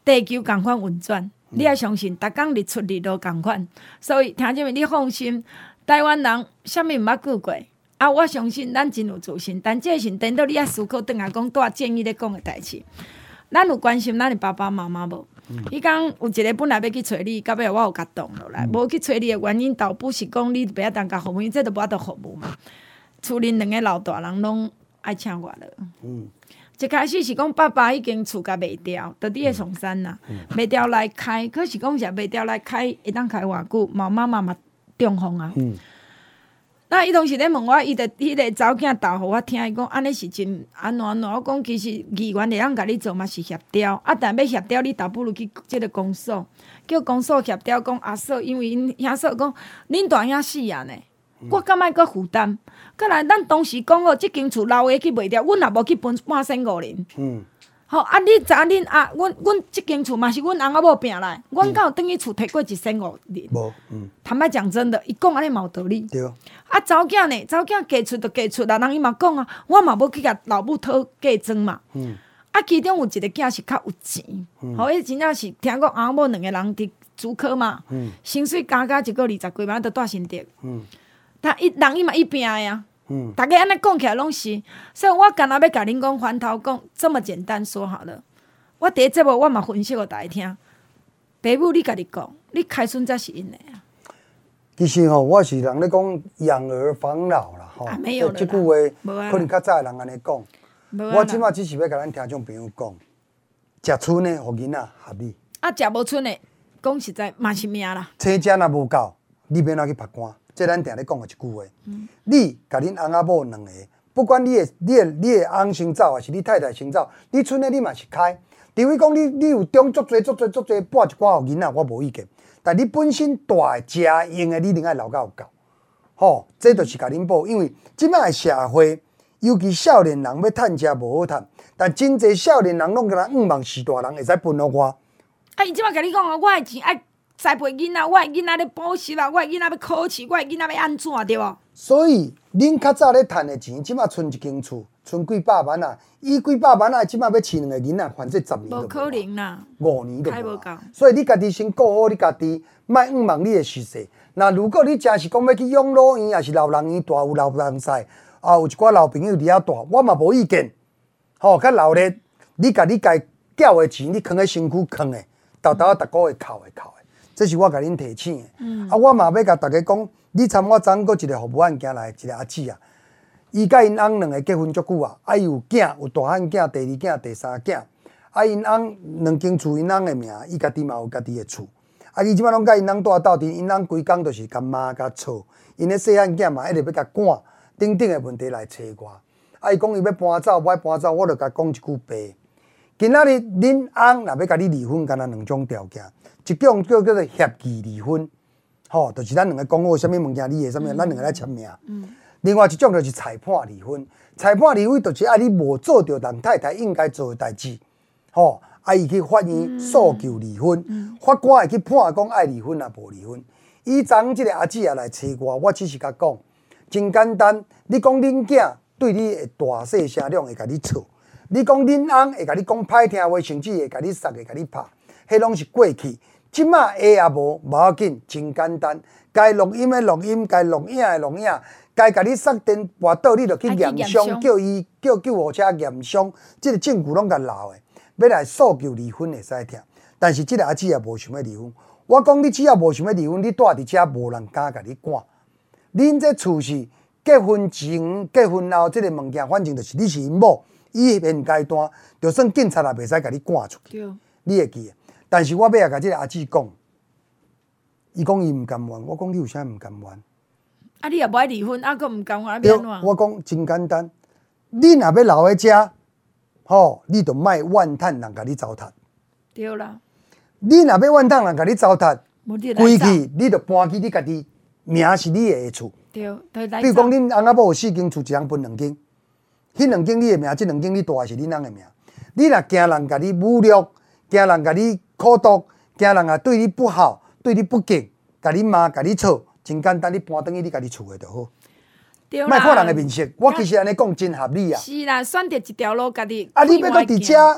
地球共款运转，你要相信，逐工日出日落共款。所以听姐妹，你放心，台湾人啥物毋捌过过。啊，我相信咱真有自信，但这是颠倒你爱思考转来讲，带建议咧讲的代志。咱有关心咱的爸爸妈妈无？伊讲有一个本来要去找你，到尾我有甲动落来，无去找你的原因，倒不是讲你不要当甲服务员，这都无法度服务嘛。厝恁两个老大人拢爱请我了。一开始是讲爸爸已经厝甲卖掉，到底个上山啦，卖掉来开，可是讲是卖掉来开，会当开偌久？妈妈嘛中风啊。那伊当时咧问我，伊迄个查某囝斗互我听，伊讲安尼是真安怎？我讲其实议员会当甲你做嘛是协调，但要协调你倒不如去即个公所，叫公所协调讲阿嫂，因为因兄嫂讲恁大兄死啊呢，我敢莫搁负担。再来，咱当时讲好，即间厝老个去卖掉，阮也无去分半仙5000。好啊！你知影恁啊？阮即间厝嘛是阮翁仔某拼来，阮敢有等于厝摕过150000？无，坦白讲真的，伊讲安尼嘛有道理。对。啊，查某囝呢？查某囝嫁出就嫁出啦，人伊嘛讲啊，我嘛要去甲老母讨嫁妆嘛。啊，其中有一个囝是较有钱，吼，伊真正是听讲翁某两个人伫主科嘛，薪水加一个20几万，都带新店。但人伊嘛伊拼的啊。大家安尼讲起来拢是，所以我干那要甲恁讲翻头讲，这么简单说好了。我第一节目我嘛分析互大家听，爸母你家己讲，你开春才是因的啊。 其实吼，我是人咧讲养儿防老啦，吼。 没有了啦。 即句话可能较早的人安尼讲，我即马只是要甲咱听众朋友讲，食春的互囡仔合理。 啊，食无春的，讲实在嘛是命啦。 青食若无够，你免哪去曝光。这咱定咧讲的一句话，你甲恁翁仔某两个，不管你的翁先走，还是你太太先走，你剩的你嘛是开。除非讲你有中足侪拨一寡互囡仔，我无意见。但你本身大的食用的，你另外留到有够。吼，这就是甲恁补，因为即摆的社会，尤其少年人要趁食无好趁，但真侪少年人拢甲咱望是大人会使分互我。 啊，伊即摆甲你讲啊，我的钱爱。栽培囡仔，我的囡仔咧补习啊，我的囡仔要考试，我的囡仔要安怎对无？ 所以，恁较早咧趁的钱，即马剩一间厝，剩几百万啊！伊几百万啊，即马要饲两个囡仔，反正10年都无可能啦 ，5年都无够。 所以你家己先顾好你家己，莫望你的实势。那如果你真是讲要去养老院，也是老人院大有老人在，啊有一寡老朋友伫遐大，我嘛无意见。吼，较老咧，你家己该缴的钱，你囥喺身躯囥的，逐个月扣的。这是我甲恁提醒的。我嘛要甲大家讲，你参我昨过一个服务案件来，一个阿姊啊，伊甲因翁两个结婚足久啊，伊有囝，有大汉囝、第二囝、第三囝。因翁两间厝，因翁的名，伊家己嘛有家己的厝。伊即摆拢甲因翁住斗阵，因翁规工就是甲骂甲吵，因咧细汉囝嘛一直要甲赶，等等的问题来找我。伊讲伊要搬走，我搬走，我就甲讲一句白。今仔日恁翁若要甲你离婚，干那两种条件。一种叫做协议离婚，吼，就是咱两个讲好啥物物件，你的啥物，咱两个来签名。另外一种就是裁判离婚，裁判离婚就是你无做到人太太应该做的代志，吼，伊去法院诉求离婚，法官会去判讲爱离婚啊无离婚。以前即个阿姊也来找我只是甲讲，真简单。你讲恁囝对你会大细声量会甲你吵，你讲恁翁会甲你讲歹听话，甚至会甲你杀会甲你拍，迄拢是过去。即马下也无要紧，真简单。该录音的录音，该录影的录影，该甲你杀电跋倒，你就去验伤，叫救护车验伤。即个证据拢甲留的，要来诉求离婚会使听。但是即个阿姊也无想要离婚。我讲你只要无想要离婚，你住伫遮无人敢甲你赶。恁这厝是结婚前、结婚后即个物件，反正就是你是因某，以现阶段，就算警察也袂使甲你赶出去。你会记？但是我要甲即个阿姊讲，伊讲伊毋甘愿，我讲你有啥毋甘愿？ 啊，你也无爱离婚，啊，佫毋甘愿，要安怎？ 我讲真简单，你若要留喺遮，吼，你就莫怨叹人甲你糟蹋。 对啦。 你若要怨叹人甲你糟蹋，归去你就搬去你家己名是你的厝。 对， 比如讲，恁翁仔某有4间厝，一人分2间，迄2间你的名，即2间你住的是恁翁的名。你若惊人甲你侮辱，惊人甲你苦毒，惊人也对你不好，对你不敬，甲你骂，甲你吵，真简单，你搬转去你家己厝的就好。 对啦。 莫看人的面色，我其实安尼讲真合理啊。 是啦，选择一条路，家己。 啊，你要搁伫遮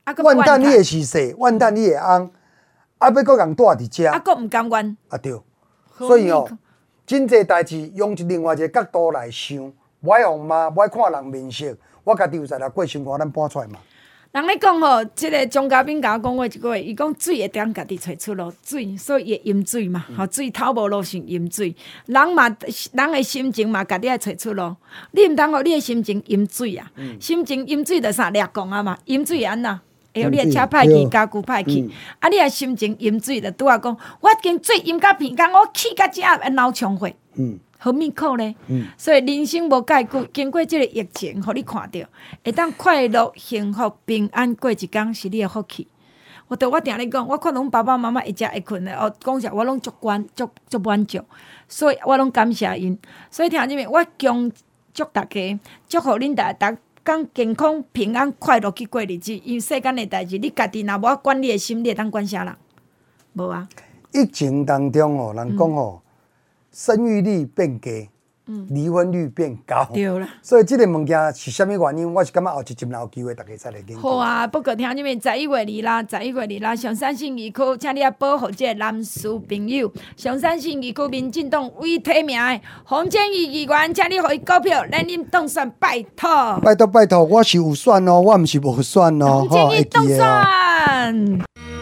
怨叹你会是细，怨叹你会红，要搁人住伫遮， 搁毋甘愿。 对，所以真侪代志用另外一个角度来想，不爱互骂，不爱看人面色，我家己有在来过生活，咱搬出来嘛。 人咧讲吼，即个钟嘉宾甲我讲过一句话，伊讲水会当家己找出路，水所以会淹水嘛，水头无路是淹水。人的心情嘛，家己爱找出路。你毋通互你的心情淹水啊！心情淹水着啥？掠讲啊嘛，淹水安那？会互你的车歹去，家具歹去。啊，你的心情淹水着拄啊讲，我经水淹甲鼻干，我气甲遮脑充血。何物可呢？所以人生无介久，经过即个疫情，互你看到，会当快乐、幸福、平安过一天是你的福气。我定咧讲，我看阮爸爸妈妈会食会困的，讲实我拢足满足，所以我拢感谢因。所以听入面，我恭祝大家，祝福恁逐工健康、平安、快乐去过日子。因为世间的代志，你家己若无管你的心，你会当管啥人？无啊。 疫情当中人讲生育率变低，离婚率变高。 对啦。 所以这个物件是啥物原因？我是感觉后一集若有机会，大家再来研究。 好啊，不过听入面11月2日上山信义区，请你保护这个男士朋友。上山信义区民进党未提名的洪建义议员，请你互伊股票，咱恁当选，拜托。 拜托，我是有选哦，我毋是无选哦。 洪建义当选。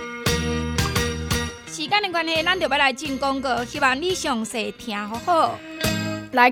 时间的关系，咱就要来进广告，希望你详细听好好。来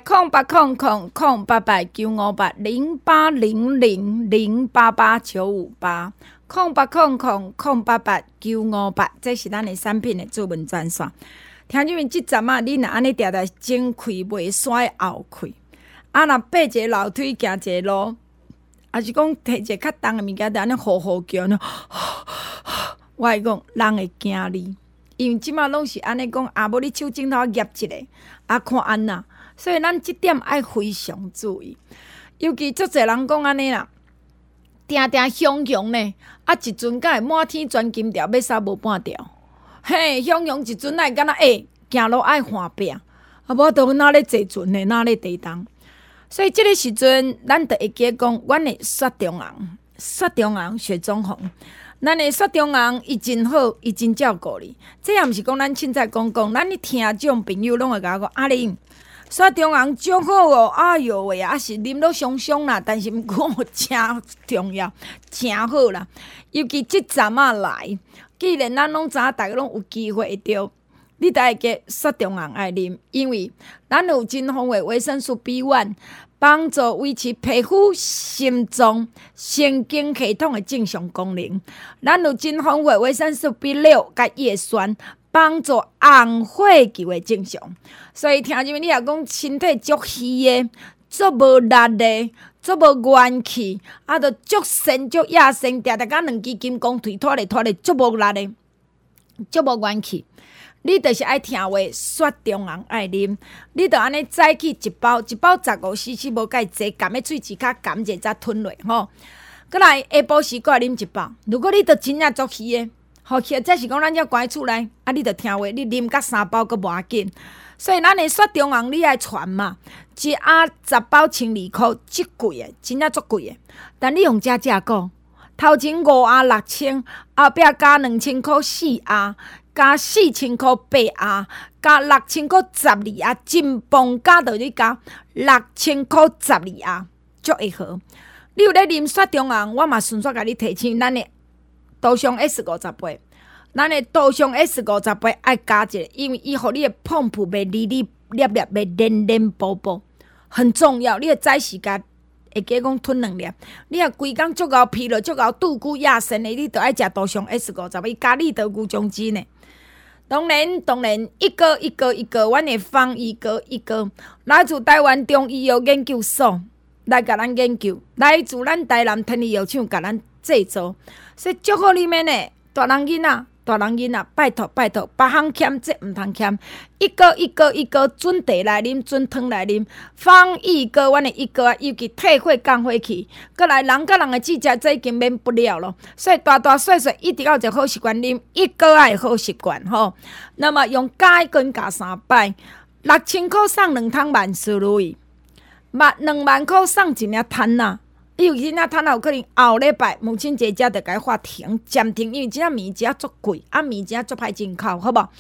0800-088-958-0800-088-958，这是咱的产品的主文专线。听见即阵啊，你若安尼定定前开袂甩后开，啊，若爬一个楼梯行一个路，还是讲摕一个较重的物件，就安尼呼呼叫呢。我会讲，人会惊你。因为即马拢是安尼讲，无你手指头夹一个，看安那，所以咱即点爱非常注意。尤其足侪人讲安尼啦，定雄雄呢，一阵敢会满天钻金条，要杀无半条。嘿，雄雄一阵来敢若行路爱换柄，无都哪咧坐船呢，哪咧地动。所以即个时阵，咱就会记讲，阮的雪中红雪中红。咱的雪中红，伊真好，伊真照顾你。这也毋是讲咱凊彩讲，咱的听众朋友拢会甲我讲，阿玲，雪中红真好哦，哎哟喂啊，是啉落伤伤啦，但是毋过真重要，真好啦。尤其即阵啊来，既然咱拢知影，大家拢有机会会着，你就会记雪中红爱啉，因为咱有真丰的维生素 B1。帮助维持皮肤、心脏、神经系统的正常功能。咱有真丰富的维生素 B6 甲叶酸，帮助红血球的正常。所以听入面你若讲身体足虚的、足无力的、足无元气，就足神足野神，定甲两支金光腿拖咧，足无力的、足无元气。你就是爱听话，雪中红爱啉。你就安尼早起一包15cc 无介济，含个喙齿较含者才吞落吼。过来下晡时过来啉一包。如果你就真正足虚的，好气，这是讲咱要关厝内，你就听话，你啉甲3包佫无要紧。所以咱的雪中红你爱传嘛，一盒10包12块，即贵的，真正足贵的。但你用价购，头前5盒6000，后壁加2000块4盒。加4000块8盒，加6000块12盒，真棒！加到你加6000块12盒，足会好。你有咧啉雪中红，我嘛顺续甲你提醒，咱的杜尚 S58，咱的杜尚 S58爱加一个，因为伊互你的pomp袂哩哩粒粒，袂黏黏薄薄，很重要。你的早时间会记讲吞2粒，你若规工足够疲劳、足够肚骨亚神的，你就爱食杜尚 S58，伊加利得牛中肌呢。当然，一个，阮会放一个，来自台湾中医药研究所来甲咱研究，来自咱台南天理药厂甲咱制作，所以祝福你们呢，大人囡仔，拜托，别项欠这毋通欠，一个准茶来啉，准汤来啉，放一个，阮的一个，尤其退火降火气，过来人甲人的指甲这已经免不了咯，所以大细一定要有一个好习惯啉，一个爱好习惯吼。那么用加跟加3摆，6000块送2桶万事如意，2万块送一领摊呐。 伊有囡仔摊有可能后礼拜母亲节才着该发停暂停，因为即仔面只足贵，面只足歹进口，好无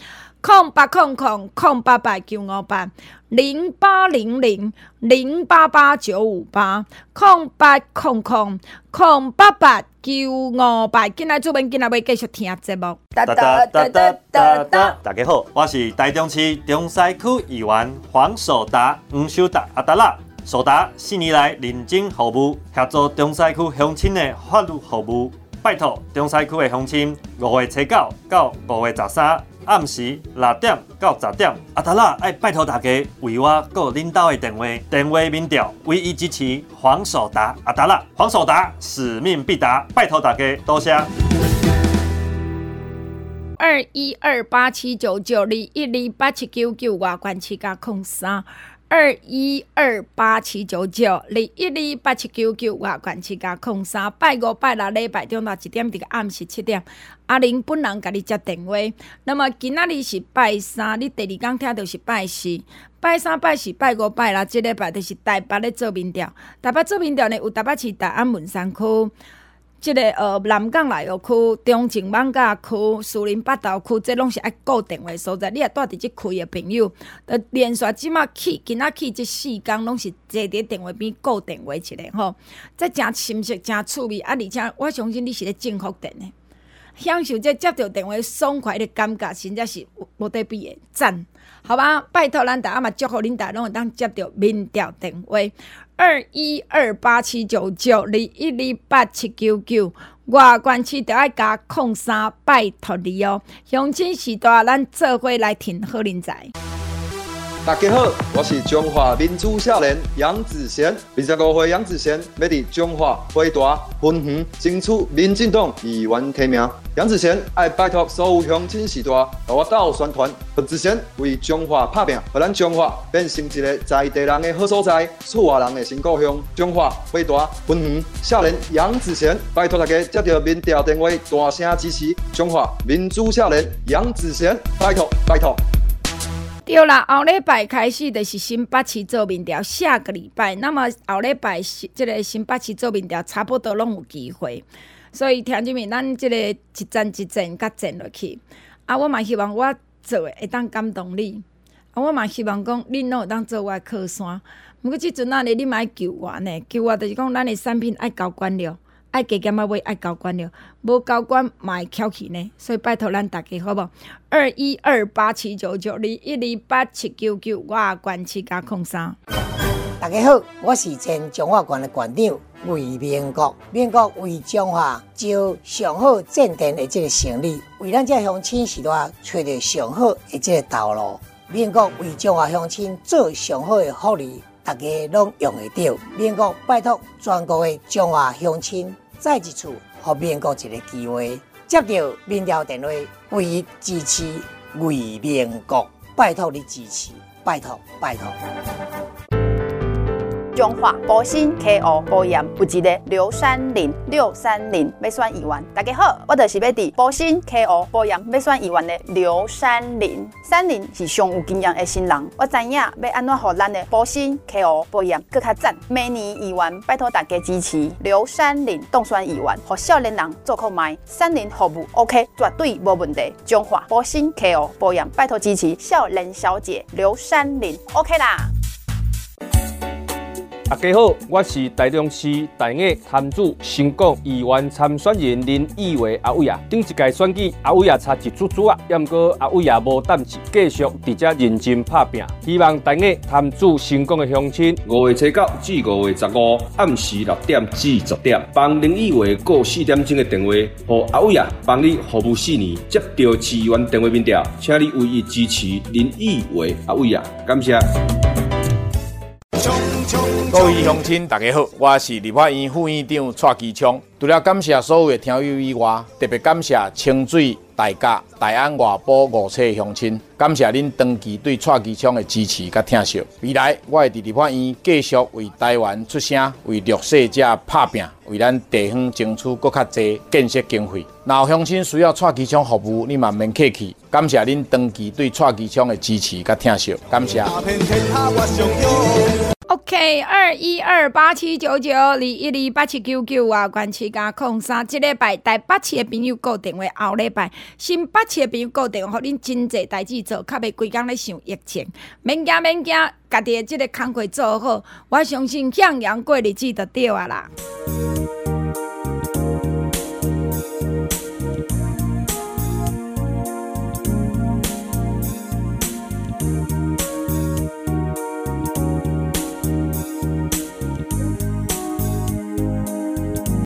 ？0800-088-958，0800-088-958，进来主编，进来要继续听节目。 大家好，我是台中市中西区议员黄守达、黄守达阿达拉。守达4年来认真服务，协助中西区乡亲的法律服务。拜托中西区的乡亲，5月初9到5月13。暗时6点到10点，阿达拉爱拜托大家为我个领导的电话民调，唯一支持黄守达阿达拉，黄守达使命必达，拜托大家多谢。 21287992128799外关市加03。21287992128799外关市加03，拜5拜6礼拜中到1点，到暗时7点，阿玲本人甲你接电话。那么今仔日是拜3，你第2天听到是拜4，拜3、拜4、拜5、拜6，这礼拜就是台北咧做民调。台北做民调呢，有台北市大安文山区。即个南港内湖区、中正艋舺区、士林北投区，这拢是爱固定的所在。你若住伫即区的朋友，连续即马起，今仔起这4天拢是坐伫电话边固定话一个吼，这真深色、真趣味。而且我相信你是咧正福电的，享受这接到电话爽快的感觉，真正是无得比的赞。好吧，拜托咱大家嘛，祝福恁大家拢会当接到民调电话。21287992128799，外关市就爱加03，拜托你哦。乡亲时代，咱做伙来听好人才。 大家好，我是中华民主少年杨子贤。25岁杨子贤要伫中华回大分园争取民进党议员提名。杨子贤爱拜托所有乡亲时代，和我斗宣传。杨子贤为中华打拼，让咱中华变成一个在地人的好所在，厝外人的新故乡。中华回大分园少年杨子贤，拜托大家接到民调电话，大声支持中华民主少年杨子贤，拜托拜托。 对啦，后礼拜开始就是新北市做民调，下个礼拜，那么后礼拜这个新北市做民调差不多拢有机会，所以听众们，咱这个一站一站甲站落去，我嘛希望我做的会当感动你，我嘛希望讲恁拢会当做我的靠山。不过即阵仔你嘛爱救我呢，救我就是讲咱的产品爱交管了。爱加减仔买爱交关了，无交关嘛会翘起呢，所以拜托咱大家好无？21287992128799外关市加03。 大家好，我是前中华县的县长魏明国。民国为中华招上好正电的这个成立，为咱这乡亲时代找到上好的这个道路。民国为中华乡亲做上好的福利，大家拢用得到。民国拜托全国的中华乡亲。再一次，给民国一个机会，接到民调电话，唯一支持魏民国，拜托你支持，拜托拜托。 中华保新 KO 保盐有一个刘山林要选议员。大家好，我就是要伫保新 KO 保盐要选议员的刘山林。山林是上有经验的新人，我知影要安怎让咱的保新 KO 保盐更较赞。明年议员拜托大家支持刘山林当选议员，让少年人做看卖。山林服务 OK， 绝对无问题。中华保新 KO 保盐拜托支持少年小姐刘山林 OK 啦。 大家好，我是台中市大雅潭子新港议员参选人林义伟阿伟啊。顶一届选举，阿伟啊差一组啊，也毋过阿伟啊无胆志，继续伫遮认真拍拼。希望大雅潭子新港的乡亲5月初9至5月15暗时6点至10点，帮林义伟过4点钟的电话，让阿伟啊帮你服务4年，接到市议员电话民调，请你唯一支持林义伟阿伟啊，感谢。 各位乡亲，大家好，我是立法院副院长蔡其昌。除了感谢所有的听友以外，特别感谢清水、大甲、大安、外埔5处的乡亲，感谢恁长期对蔡其昌的支持甲疼惜。未来我会伫立法院继续为台湾出声，为弱势者拍拼，为咱地方争取更较侪建设经费。若有乡亲需要蔡其昌服务，你嘛免客气。感谢恁长期对蔡其昌的支持甲疼惜，感谢。 OK，212879921287799啊，关市加03，这礼拜台北市的朋友固电话，后礼拜新北市的朋友固电话，互恁真济代志做，较袂规工咧想疫情，免惊，家己的即个工课做好，我相信向阳过日子就对啊啦。